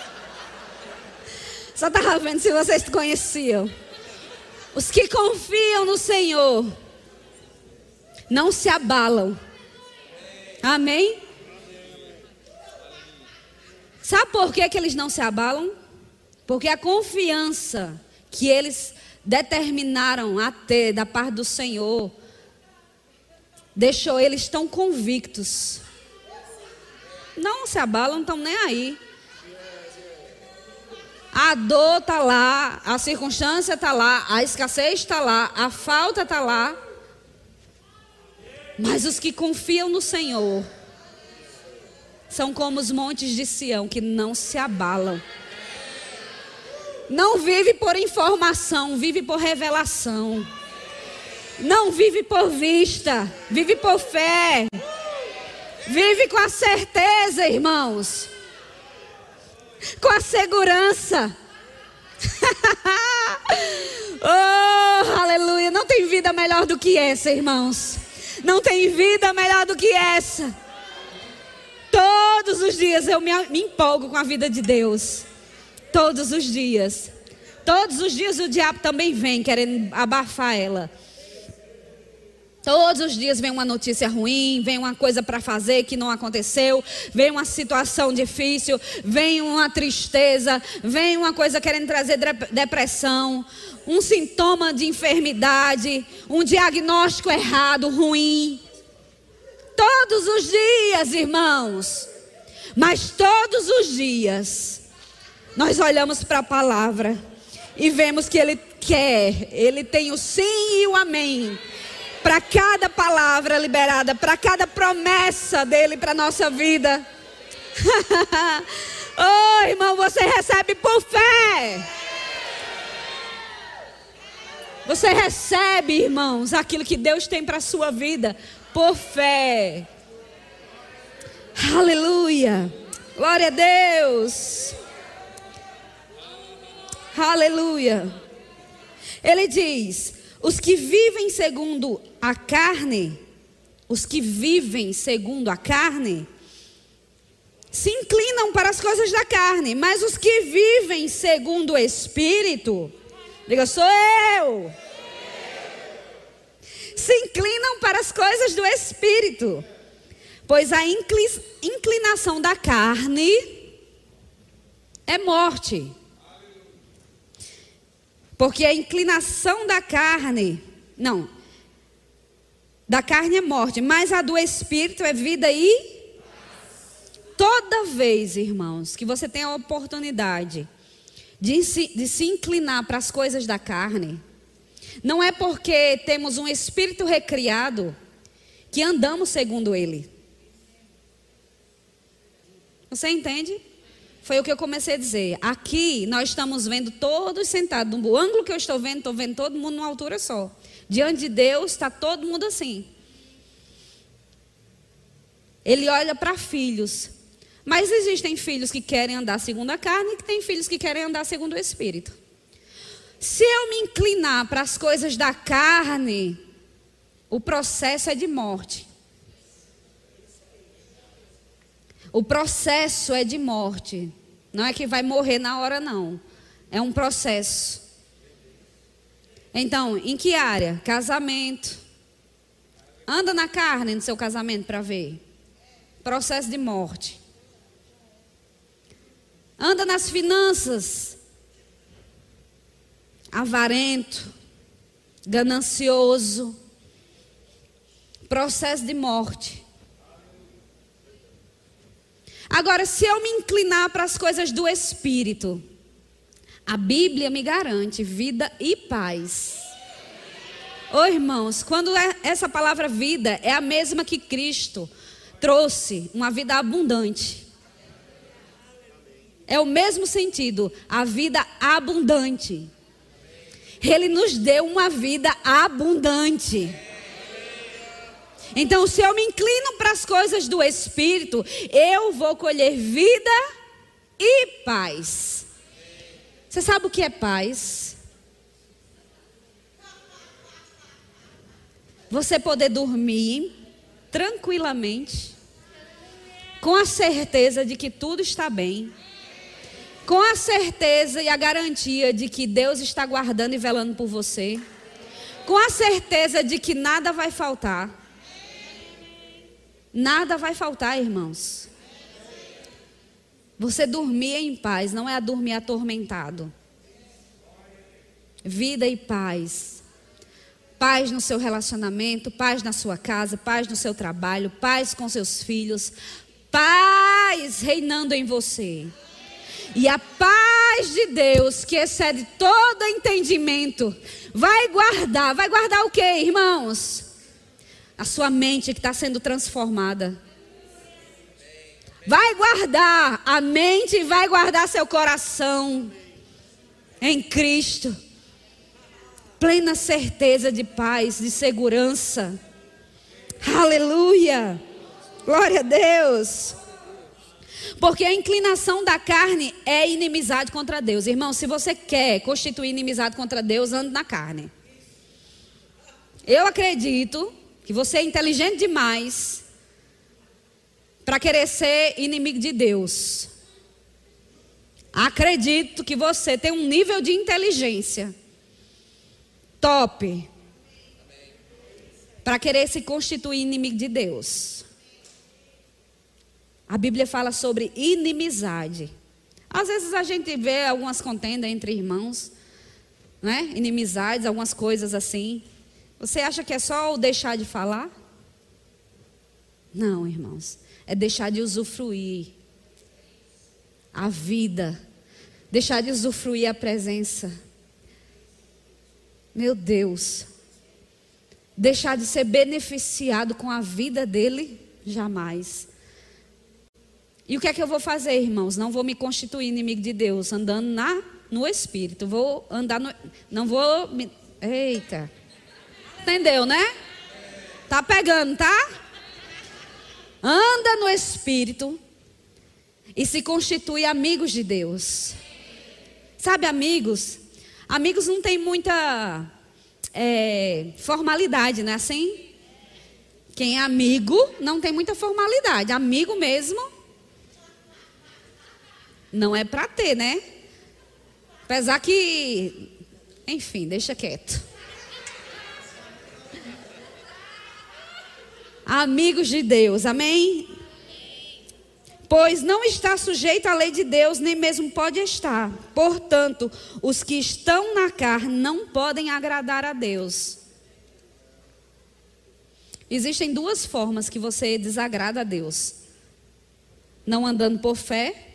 [SPEAKER 1] Só estava vendo se vocês conheciam. Os que confiam no Senhor não se abalam. Amém? Sabe por que eles não se abalam? Porque a confiança que eles determinaram a ter da parte do Senhor deixou eles tão convictos. Não se abalam, não estão nem aí. A dor está lá, a circunstância está lá, a escassez está lá, a falta está lá. Mas os que confiam no Senhor são como os montes de Sião, que não se abalam. Não vive por informação, vive por revelação. Não vive por vista, vive por fé. Vive com a certeza, irmãos. Com a segurança. Oh, aleluia. Não tem vida melhor do que essa, irmãos. Não tem vida melhor do que essa. Todos os dias eu me empolgo com a vida de Deus. Todos os dias. Todos os dias o diabo também vem querendo abafar ela. Todos os dias vem uma notícia ruim, vem uma coisa para fazer que não aconteceu, vem uma situação difícil, vem uma tristeza, vem uma coisa querendo trazer depressão, um sintoma de enfermidade, um diagnóstico errado, ruim. Todos os dias, irmãos. Mas todos os dias nós olhamos para a palavra e vemos que Ele quer, Ele tem o sim e o amém para cada palavra liberada, para cada promessa dEle para a nossa vida. Oh, irmão, você recebe por fé. Você recebe, irmãos, aquilo que Deus tem para a sua vida por fé. Aleluia. Glória a Deus. Aleluia. Ele diz: os que vivem segundo a carne, os que vivem segundo a carne, se inclinam para as coisas da carne. Mas os que vivem segundo o Espírito, diga, sou eu. Se inclinam para as coisas do Espírito. Pois a inclinação da carne é morte. Porque a inclinação da carne, da carne é morte, mas a do Espírito é vida e toda vez, irmãos, que você tem a oportunidade de se inclinar para as coisas da carne, não é porque temos um espírito recriado que andamos segundo ele. Você entende? Foi o que eu comecei a dizer. Aqui nós estamos vendo todos sentados. No ângulo que eu estou vendo todo mundo numa altura só. Diante de Deus está todo mundo assim. Ele olha para filhos. Mas existem filhos que querem andar segundo a carne e tem filhos que querem andar segundo o Espírito. Se eu me inclinar para as coisas da carne, o processo é de morte. O processo é de morte. Não é que vai morrer na hora, não. É um processo. Então, em que área? Casamento. Anda na carne no seu casamento para ver. Processo de morte. Anda nas finanças. avarento, ganancioso, processo de morte. Agora, se eu me inclinar para as coisas do Espírito, a Bíblia me garante vida e paz. Ô irmãos, quando essa palavra vida é a mesma que Cristo trouxe, uma vida abundante. É o mesmo sentido, a vida abundante. Ele nos deu uma vida abundante. Então, se eu me inclino para as coisas do Espírito, eu vou colher vida e paz. Você sabe o que é paz? Você poder dormir tranquilamente, com a certeza de que tudo está bem, com a certeza e a garantia de que Deus está guardando e velando por você, com a certeza de que nada vai faltar. Nada vai faltar, irmãos. Você dormir em paz, não é dormir atormentado. Vida e paz. Paz no seu relacionamento, paz na sua casa, paz no seu trabalho, paz com seus filhos, paz reinando em você. E a paz de Deus, que excede todo entendimento, vai guardar o quê, irmãos? A sua mente que está sendo transformada. Vai guardar a mente e vai guardar seu coração em Cristo. Plena certeza de paz, de segurança. Aleluia. Glória a Deus. Porque a inclinação da carne é inimizade contra Deus. Irmão, se você quer constituir inimizade contra Deus, ande na carne. Eu acredito que você é inteligente demais para querer ser inimigo de Deus. Acredito que você tem um nível de inteligência top para querer se constituir inimigo de Deus. A Bíblia fala sobre inimizade. Às vezes a gente vê algumas contendas entre irmãos, né? Inimizades, algumas coisas assim. Você acha que é só o deixar de falar? Não, irmãos. É deixar de usufruir a vida. Deixar de usufruir a presença. Meu Deus. Deixar de ser beneficiado com a vida dele? Jamais. E o que é que eu vou fazer, irmãos? Não vou me constituir inimigo de Deus, andando no Espírito. Vou andar no... Não vou... Eita. Entendeu, né? Tá pegando, tá? Anda no Espírito e se constitui amigos de Deus. Sabe, amigos? Amigos não tem muita formalidade, não é assim? Quem é amigo não tem muita formalidade. Amigo mesmo não é para ter, né? Apesar que, enfim, deixa quieto. Amigos de Deus, amém? Pois não está sujeito à lei de Deus, nem mesmo pode estar. Portanto, os que estão na carne não podem agradar a Deus. Existem duas formas que você desagrada a Deus. Não andando por fé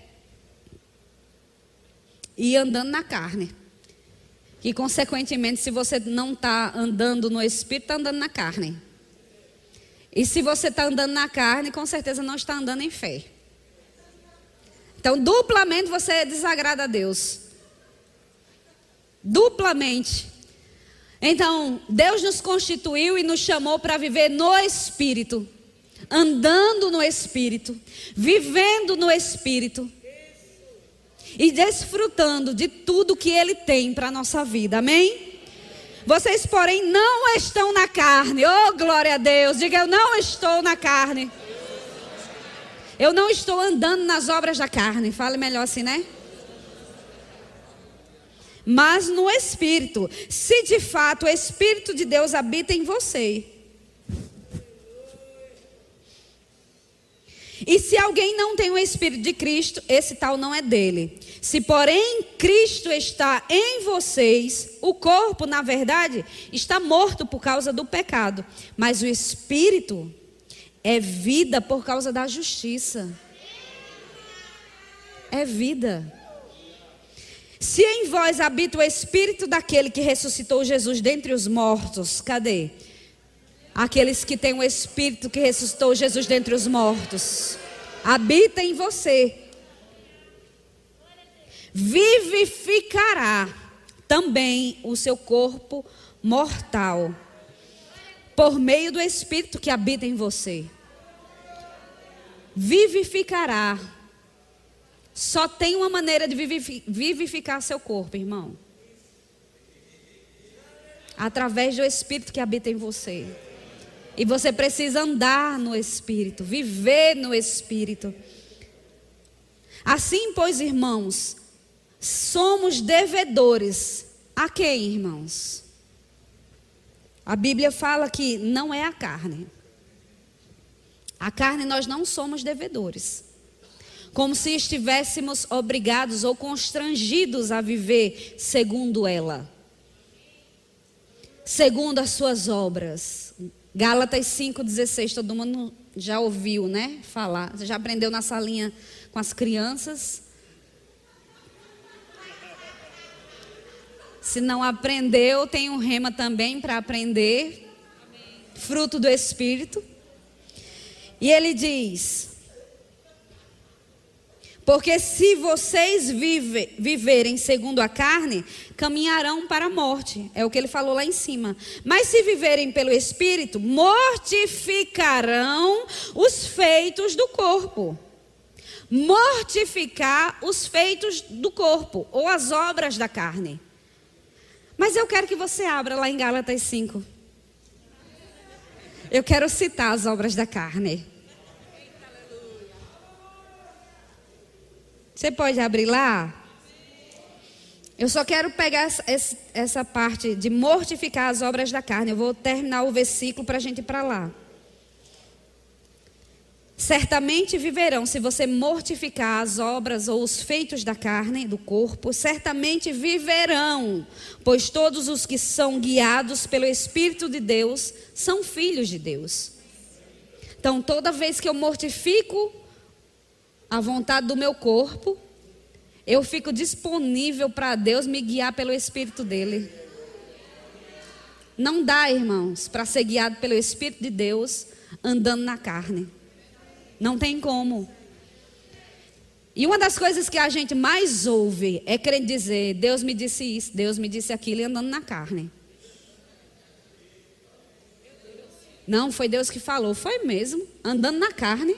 [SPEAKER 1] e andando na carne. E consequentemente, se você não está andando no Espírito, está andando na carne. E se você está andando na carne, com certeza não está andando em fé. Então, duplamente você desagrada a Deus. Duplamente. Então, Deus nos constituiu e nos chamou para viver no Espírito. Andando no Espírito. Vivendo no Espírito. E desfrutando de tudo que Ele tem para a nossa vida. Amém? Vocês, porém, não estão na carne. Oh, glória a Deus. Diga, eu não estou na carne. Eu não estou andando nas obras da carne. Fale melhor assim, né? Mas no Espírito. Se de fato o Espírito de Deus habita em você. E se alguém não tem o Espírito de Cristo, esse tal não é dele. Se, porém, Cristo está em vocês, o corpo, na verdade, está morto por causa do pecado, mas o espírito é vida por causa da justiça. É vida. Se em vós habita o espírito daquele que ressuscitou Jesus dentre os mortos, cadê? Aqueles que têm o espírito que ressuscitou Jesus dentre os mortos, habita em você. Vivificará também o seu corpo mortal, por meio do Espírito que habita em você. Vivificará. Só tem uma maneira de vivificar seu corpo, irmão. Através do Espírito que habita em você. E você precisa andar no Espírito, viver no Espírito. Assim, pois, irmãos, somos devedores. A quem, irmãos? A Bíblia fala que não é a carne. A carne nós não somos devedores. Como se estivéssemos obrigados ou constrangidos a viver segundo ela. Segundo as suas obras. Gálatas 5,16, todo mundo já ouviu, né? Falar. Você já aprendeu na salinha com as crianças? Se não aprendeu, tem um rema também para aprender. Fruto do Espírito. E ele diz: porque se vocês viverem segundo a carne, caminharão para a morte. É o que ele falou lá em cima. Mas se viverem pelo Espírito, mortificarão os feitos do corpo. Mortificar os feitos do corpo, ou as obras da carne. Mas eu quero que você abra lá em Gálatas 5. Eu quero citar as obras da carne. Você pode abrir lá? Eu só quero pegar essa parte de mortificar as obras da carne. Eu vou terminar o versículo para a gente ir para lá. Certamente viverão, se você mortificar as obras ou os feitos da carne, do corpo, certamente viverão, pois todos os que são guiados pelo Espírito de Deus são filhos de Deus. Então, toda vez que eu mortifico a vontade do meu corpo, eu fico disponível para Deus me guiar pelo Espírito dele. Não dá, irmãos, para ser guiado pelo Espírito de Deus andando na carne. Não tem como. E uma das coisas que a gente mais ouve é querer dizer: Deus me disse isso, Deus me disse aquilo, e andando na carne. Não, foi Deus que falou. Foi mesmo, andando na carne.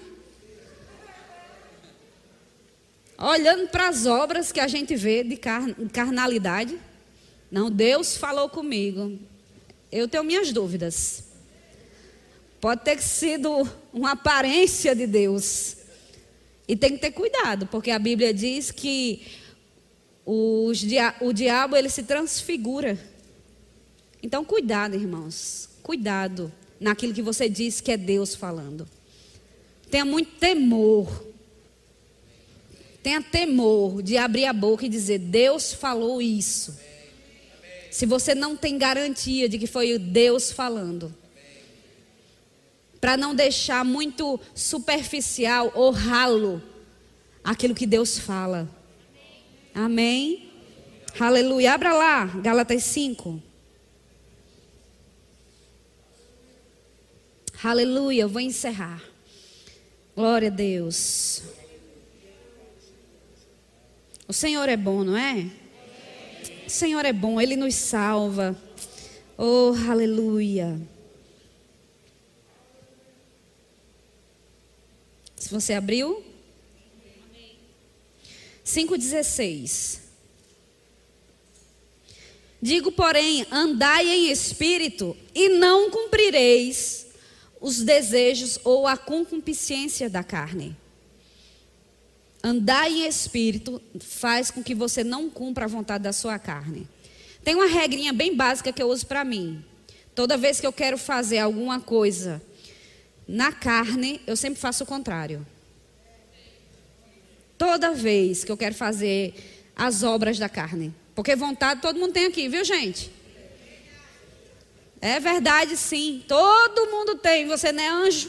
[SPEAKER 1] Olhando para as obras que a gente vê de carnalidade. Não, Deus falou comigo. Eu tenho minhas dúvidas. Pode ter sido uma aparência de Deus. E tem que ter cuidado, porque a Bíblia diz que o diabo ele se transfigura. Então cuidado, irmãos. Cuidado naquilo que você diz que é Deus falando. Tenha muito temor. Tenha temor de abrir a boca e dizer: Deus falou isso. Se você não tem garantia de que foi Deus falando. Para não deixar muito superficial ou ralo aquilo que Deus fala. Amém? Aleluia. Abra lá, Gálatas 5. Aleluia, eu vou encerrar. Glória a Deus. O Senhor é bom, não é? O Senhor é bom, Ele nos salva. Oh, aleluia. Se você abriu. 5,16. Digo, porém, andai em espírito e não cumprireis os desejos ou a concupiscência da carne. Andar em espírito faz com que você não cumpra a vontade da sua carne. Tem uma regrinha bem básica que eu uso para mim. Toda vez que eu quero fazer alguma coisa na carne, eu sempre faço o contrário. Toda vez que eu quero fazer as obras da carne. Porque vontade todo mundo tem aqui, viu, gente? É verdade, sim. Todo mundo tem. Você não é anjo?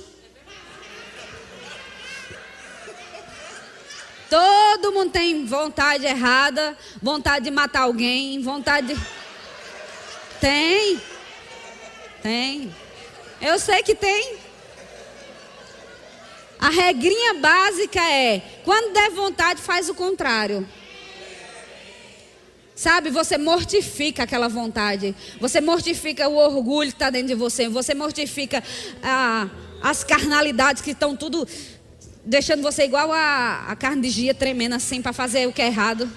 [SPEAKER 1] Todo mundo tem vontade errada, vontade de matar alguém, vontade de... Tem. Eu sei que tem. A regrinha básica é, quando der vontade, faz o contrário. Sabe, você mortifica aquela vontade. Você mortifica o orgulho que está dentro de você. Você mortifica as carnalidades que estão tudo deixando você igual a carne de gia, tremendo assim para fazer o que é errado.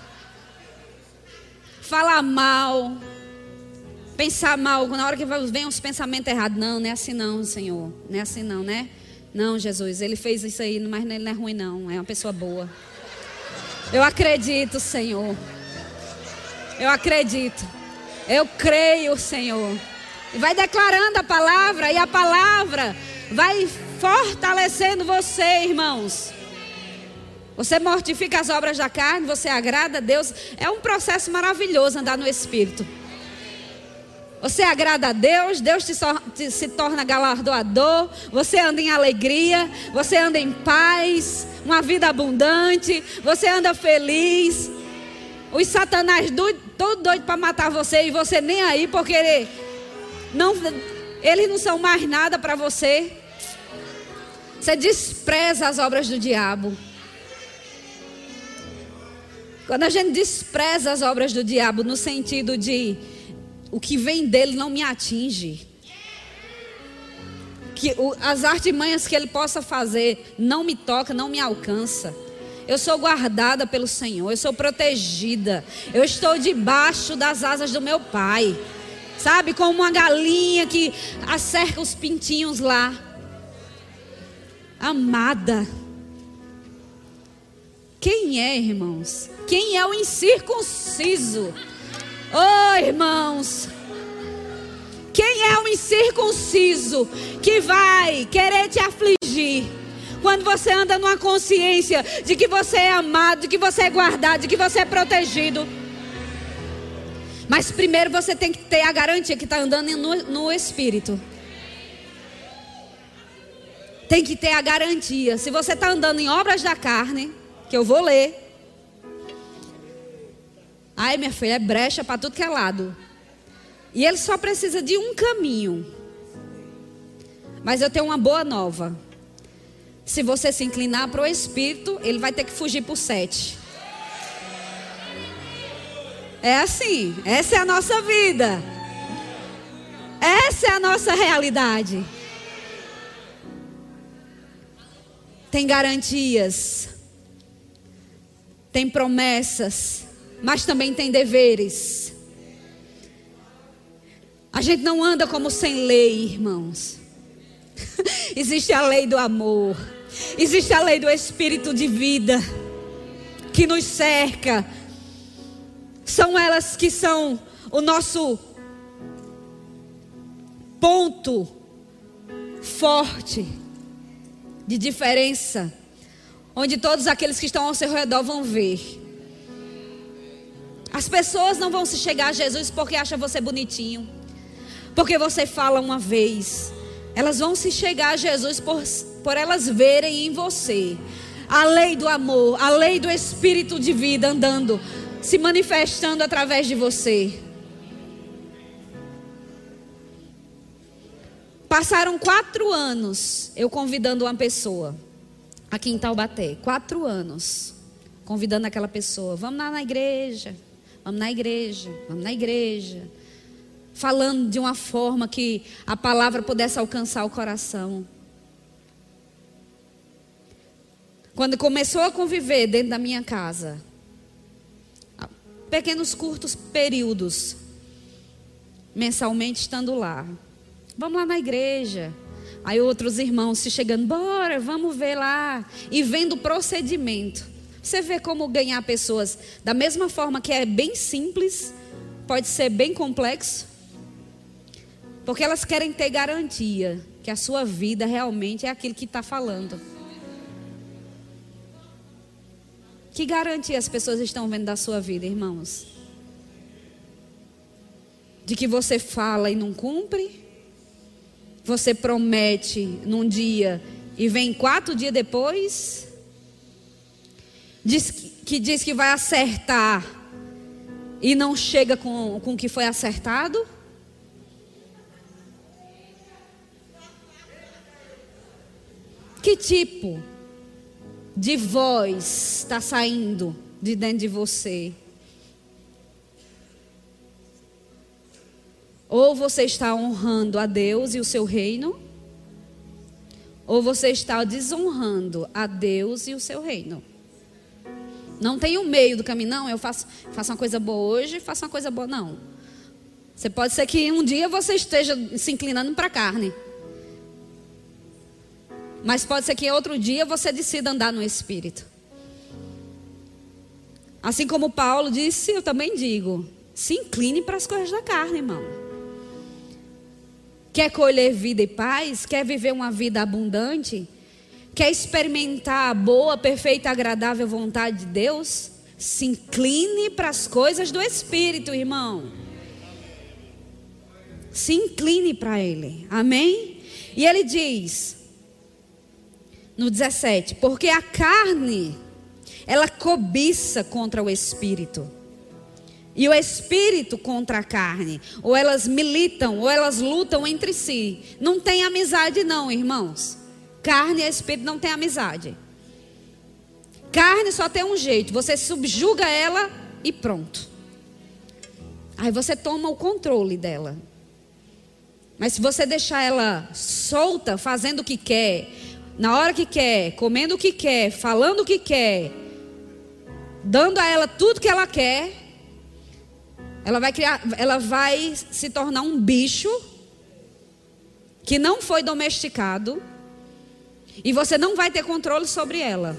[SPEAKER 1] Falar mal. Pensar mal. Na hora que vem uns pensamentos errados. Não é assim não, Senhor. Não é assim não, né? Não, Jesus, Ele fez isso aí, mas Ele não é ruim não. É uma pessoa boa. Eu acredito, Senhor. Eu acredito. Eu creio, Senhor. E vai declarando a palavra. E a palavra vai fortalecendo você, irmãos. Você mortifica as obras da carne. Você agrada a Deus. É um processo maravilhoso andar no Espírito. Você agrada a Deus. Deus se torna galardoador. Você anda em alegria. Você anda em paz. Uma vida abundante. Você anda feliz. Os satanás todo doido para matar você e você nem aí, porque eles não são mais nada para você. Você despreza as obras do diabo. Quando a gente despreza as obras do diabo no sentido de o que vem dele não me atinge, que as artimanhas que ele possa fazer não me toca, não me alcança. Eu sou guardada pelo Senhor, eu sou protegida. Eu estou debaixo das asas do meu Pai. Sabe, como uma galinha que acerca os pintinhos lá. Amada. Quem é, irmãos? Quem é o incircunciso? Oh, irmãos. Quem é o incircunciso que vai querer te afligir? Quando você anda numa consciência de que você é amado, de que você é guardado, de que você é protegido. Mas primeiro você tem que ter a garantia que está andando no Espírito. Tem que ter a garantia. Se você está andando em obras da carne, que eu vou ler. Ai, minha filha, é brecha para tudo que é lado. E ele só precisa de um caminho. Mas eu tenho uma boa nova. Se você se inclinar para o Espírito, ele vai ter que fugir por 7. É assim. Essa é a nossa vida. Essa é a nossa realidade. Tem garantias. Tem promessas. Mas também tem deveres. A gente não anda como sem lei, irmãos. Existe a lei do amor. Existe a lei do Espírito de vida que nos cerca. São elas que são o nosso ponto forte de diferença, onde todos aqueles que estão ao seu redor vão ver. As pessoas não vão se chegar a Jesus porque acham você bonitinho, porque você fala uma vez. Elas vão se chegar a Jesus por elas verem em você a lei do amor, a lei do Espírito de vida andando, se manifestando através de você. Passaram 4 anos eu convidando uma pessoa aqui em Taubaté. 4 anos convidando aquela pessoa. Vamos lá na igreja, vamos na igreja, vamos na igreja. Falando de uma forma que a palavra pudesse alcançar o coração. Quando começou a conviver dentro da minha casa, pequenos curtos períodos, mensalmente estando lá. Vamos lá na igreja. Aí outros irmãos se chegando, bora, vamos ver lá. E vendo o procedimento. Você vê como ganhar pessoas da mesma forma que é bem simples, pode ser bem complexo. Porque elas querem ter garantia que a sua vida realmente é aquilo que está falando. Que garantia as pessoas estão vendo da sua vida, irmãos? De que você fala e não cumpre? Você promete num dia e vem 4 dias depois? Diz que vai acertar e não chega com o que foi acertado? Que tipo de voz está saindo de dentro de você? Ou você está honrando a Deus e o seu reino, ou você está desonrando a Deus e o seu reino. Não tem um meio do caminho, não. Eu faço uma coisa boa hoje, faço uma coisa boa, não. Você pode ser que um dia você esteja se inclinando para a carne, mas pode ser que outro dia você decida andar no Espírito. Assim como Paulo disse, eu também digo: se incline para as coisas da carne, irmão. Quer colher vida e paz? Quer viver uma vida abundante? Quer experimentar a boa, perfeita e agradável vontade de Deus? Se incline para as coisas do Espírito, irmão. Se incline para Ele. Amém? E ele diz no 17: porque a carne, ela cobiça contra o Espírito, e o Espírito contra a carne. Ou elas militam, ou elas lutam entre si. Não tem amizade não, irmãos. Carne e Espírito não tem amizade. Carne só tem um jeito: você subjuga ela e pronto. Aí você toma o controle dela. Mas se você deixar ela solta, fazendo o que quer, na hora que quer, comendo o que quer, falando o que quer, dando a ela tudo que ela quer, ela vai se tornar um bicho que não foi domesticado, e você não vai ter controle sobre ela.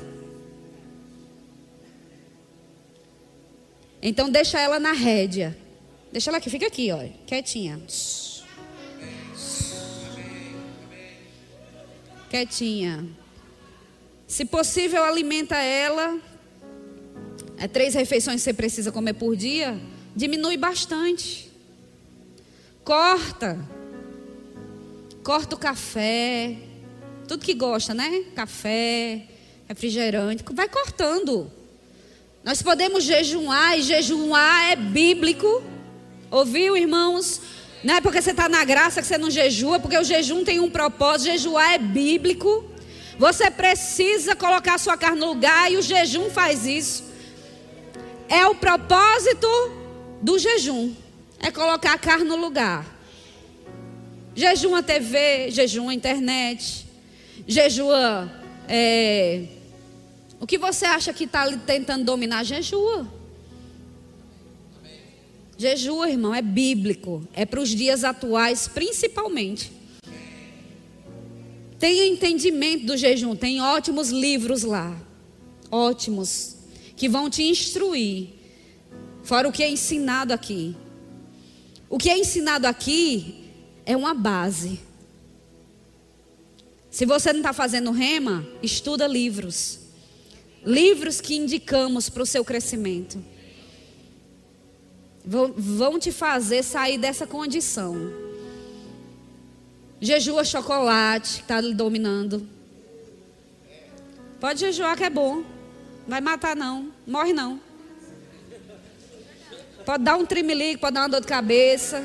[SPEAKER 1] Então deixa ela na rédea. Deixa ela aqui, fica aqui, ó, quietinha. Quietinha. Se possível, alimenta ela. 3 refeições que você precisa comer por dia. Diminui bastante. Corta o café. Tudo que gosta, né? Café, refrigerante. Vai cortando. Nós podemos jejuar, e jejuar é bíblico. Ouviu, irmãos? Não é porque você está na graça que você não jejua, porque o jejum tem um propósito. Jejuar é bíblico. Você precisa colocar a sua carne no lugar, e o jejum faz isso. É o propósito do jejum, é colocar a carne no lugar. Jejua a TV, jejua a internet, jejua o que você acha que está tentando dominar, jejua. Jejua, irmão, é bíblico. É para os dias atuais, principalmente. Tenha entendimento do jejum. Tem ótimos livros lá. Ótimos. Que vão te instruir. Fora o que é ensinado aqui. O que é ensinado aqui é uma base. Se você não está fazendo rema, estuda livros. Livros que indicamos para o seu crescimento. Vão te fazer sair dessa condição. Jejua chocolate, que está lhe dominando. Pode jejuar que é bom. Não vai matar não, morre não. Pode dar um tremelique, pode dar uma dor de cabeça.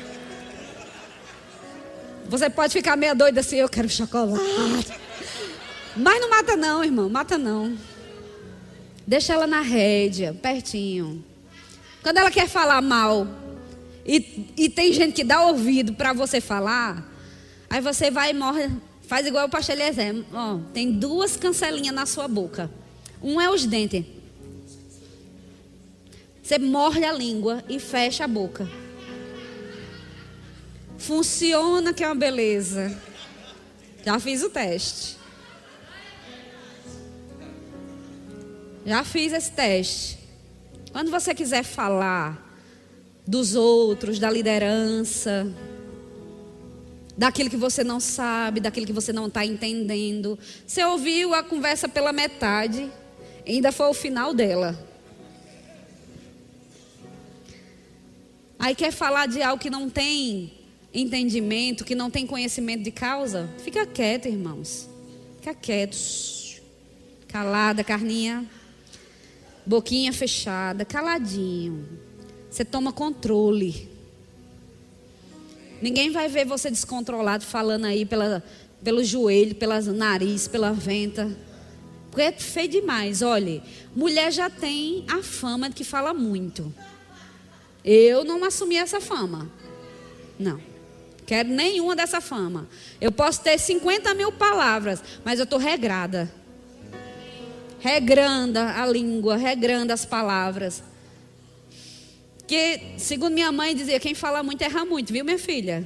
[SPEAKER 1] Você pode ficar meio doido assim: eu quero chocolate. Mas não mata não, irmão, mata não. Deixa ela na rédea, pertinho. Quando ela quer falar mal, e tem gente que dá ouvido para você falar, aí você vai e morre, faz igual o pastor Eliezer. Ó, tem 2 cancelinhas na sua boca. Um é os dentes. Você morde a língua e fecha a boca. Funciona, que é uma beleza. Já fiz o teste. Já fiz esse teste. Quando você quiser falar dos outros, da liderança, daquilo que você não sabe, daquilo que você não está entendendo, você ouviu a conversa pela metade, Ainda foi o final dela. Aí quer falar de algo que não tem entendimento, que não tem conhecimento de causa? Fica quieto, irmãos. Fica quieto. Calada, carninha. Boquinha fechada, caladinho. Você toma controle. Ninguém vai ver você descontrolado falando aí pelo joelho, pelas nariz, pela venta. Porque é feio demais. Olha, mulher já tem a fama de que fala muito. Eu não assumi essa fama. Não. Quero nenhuma dessa fama. Eu posso ter 50 mil palavras, mas eu estou regrada. Regranda a língua, regranda as palavras. Que, segundo minha mãe dizia, quem fala muito erra muito, viu, minha filha?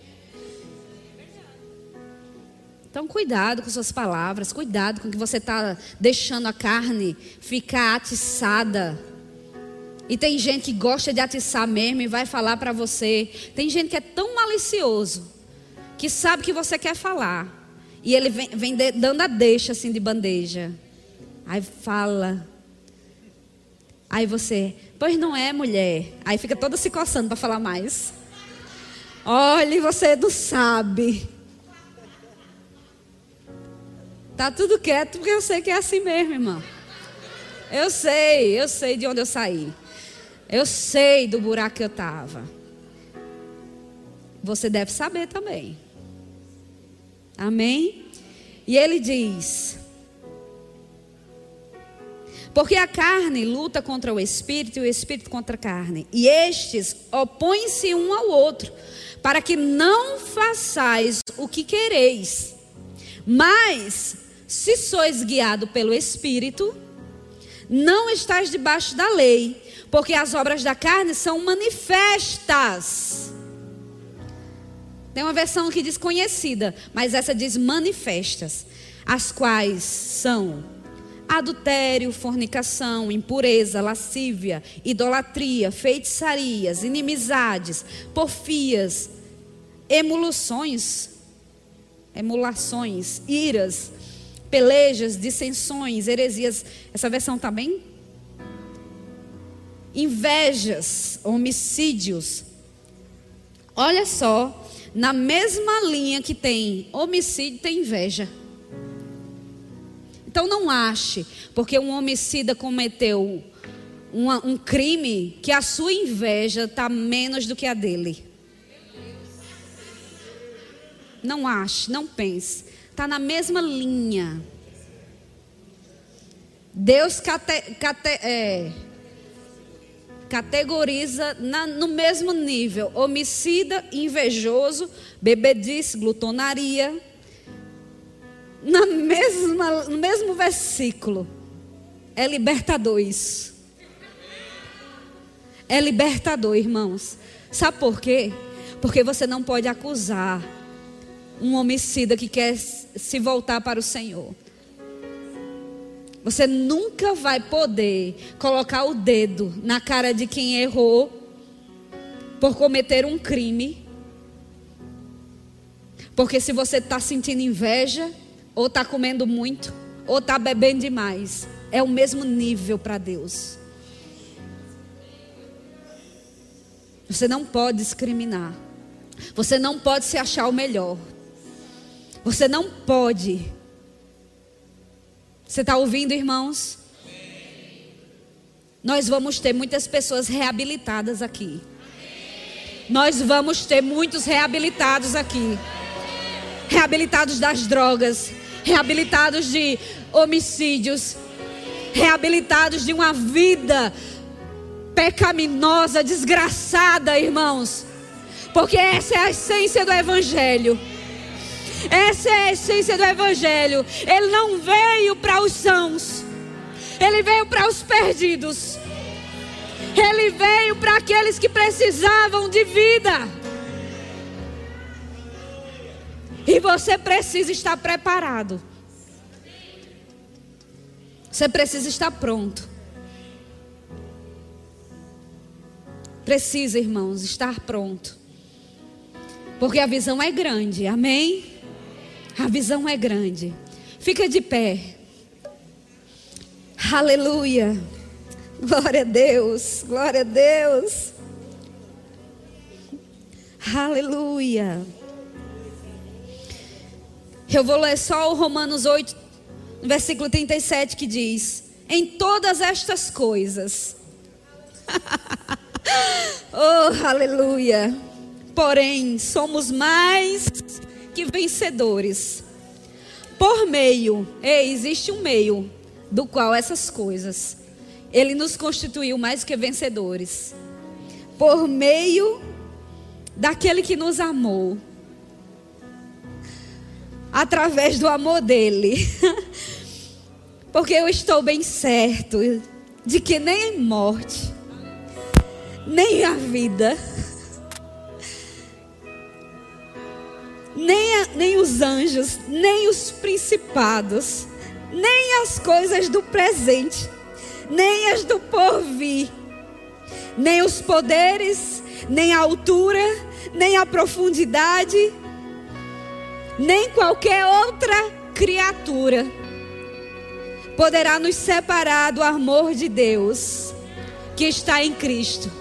[SPEAKER 1] Então, cuidado com suas palavras, cuidado com o que você está deixando a carne ficar atiçada. E tem gente que gosta de atiçar mesmo e vai falar para você. Tem gente que é tão malicioso, que sabe que você quer falar. E ele vem dando a deixa assim de bandeja. Aí fala. Aí você, pois não é, mulher. Aí fica toda se coçando para falar mais. Olha, você não sabe. Tá tudo quieto porque eu sei que é assim mesmo, irmão. Eu sei de onde eu saí. Eu sei do buraco que eu estava. Você deve saber também. Amém? E ele diz: porque a carne luta contra o espírito e o espírito contra a carne. E estes opõem-se um ao outro, para que não façais o que quereis. Mas, se sois guiado pelo espírito, não estáis debaixo da lei, porque as obras da carne são manifestas. Tem uma versão que diz conhecida, mas essa diz manifestas, as quais são adultério, fornicação, impureza, lascívia, idolatria, feitiçarias, inimizades, porfias, emulações, iras, pelejas, dissensões, heresias. Essa versão está bem? Invejas, homicídios. Olha só, na mesma linha que tem homicídio, tem inveja. Então não ache, porque um homicida cometeu um crime, que a sua inveja está menos do que a dele. Não ache, não pense. Está na mesma linha. Deus categoriza no mesmo nível: homicida, invejoso, bebedice, glutonaria. No mesmo versículo. É libertador isso. É libertador, irmãos. Sabe por quê? Porque você não pode acusar um homicida que quer se voltar para o Senhor. Você nunca vai poder colocar o dedo na cara de quem errou por cometer um crime. Porque se você está sentindo inveja, ou está comendo muito, ou está bebendo demais, é o mesmo nível para Deus. Você não pode discriminar. Você não pode se achar o melhor. Você não pode. Você está ouvindo, irmãos? Nós vamos ter muitas pessoas reabilitadas aqui. Nós vamos ter muitos reabilitados aqui. Reabilitados das drogas, reabilitados de homicídios, reabilitados de uma vida pecaminosa, desgraçada, irmãos. Porque essa é a essência do Evangelho. Essa é a essência do Evangelho. Ele não veio para os sãos, ele veio para os perdidos. Ele veio para aqueles que precisavam de vida. E você precisa estar preparado. Você precisa estar pronto. Precisa, irmãos, estar pronto. Porque a visão é grande, amém? A visão é grande. Fica de pé. Aleluia. Glória a Deus. Glória a Deus. Aleluia. Eu vou ler só o Romanos 8, versículo 37, que diz: em todas estas coisas. Oh, aleluia. Porém, somos mais que vencedores. Por meio, existe um meio do qual essas coisas, Ele nos constituiu mais que vencedores. Por meio daquele que nos amou. Através do amor dele. Porque eu estou bem certo de que nem a morte, nem a vida, nem os anjos, nem os principados, nem as coisas do presente, nem as do porvir, nem os poderes, nem a altura, nem a profundidade, nem qualquer outra criatura poderá nos separar do amor de Deus que está em Cristo.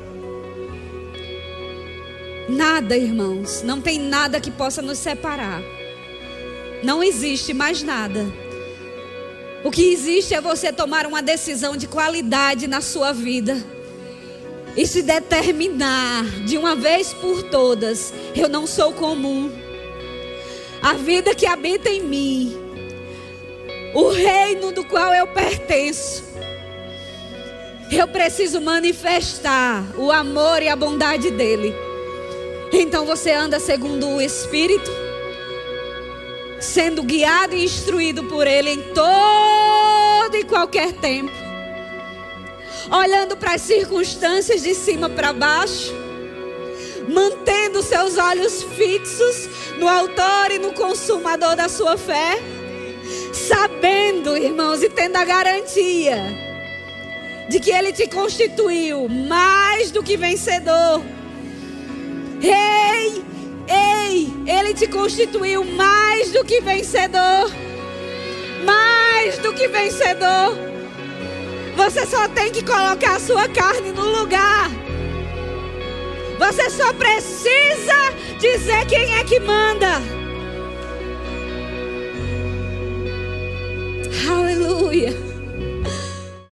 [SPEAKER 1] Nada, irmãos, não tem nada que possa nos separar. Não existe mais nada. O que existe é você tomar uma decisão de qualidade na sua vida e se determinar de uma vez por todas: eu não sou comum. A vida que habita em mim, o reino do qual eu pertenço, eu preciso manifestar o amor e a bondade dele. Então você anda segundo o Espírito, sendo guiado e instruído por ele em todo e qualquer tempo, olhando para as circunstâncias de cima para baixo, mantendo seus olhos fixos no autor e no consumador da sua fé, sabendo, irmãos, e tendo a garantia de que ele te constituiu mais do que vencedor. Ele te constituiu mais do que vencedor. Mais do que vencedor. Você só tem que colocar a sua carne no lugar. Você só precisa dizer quem é que manda. Aleluia.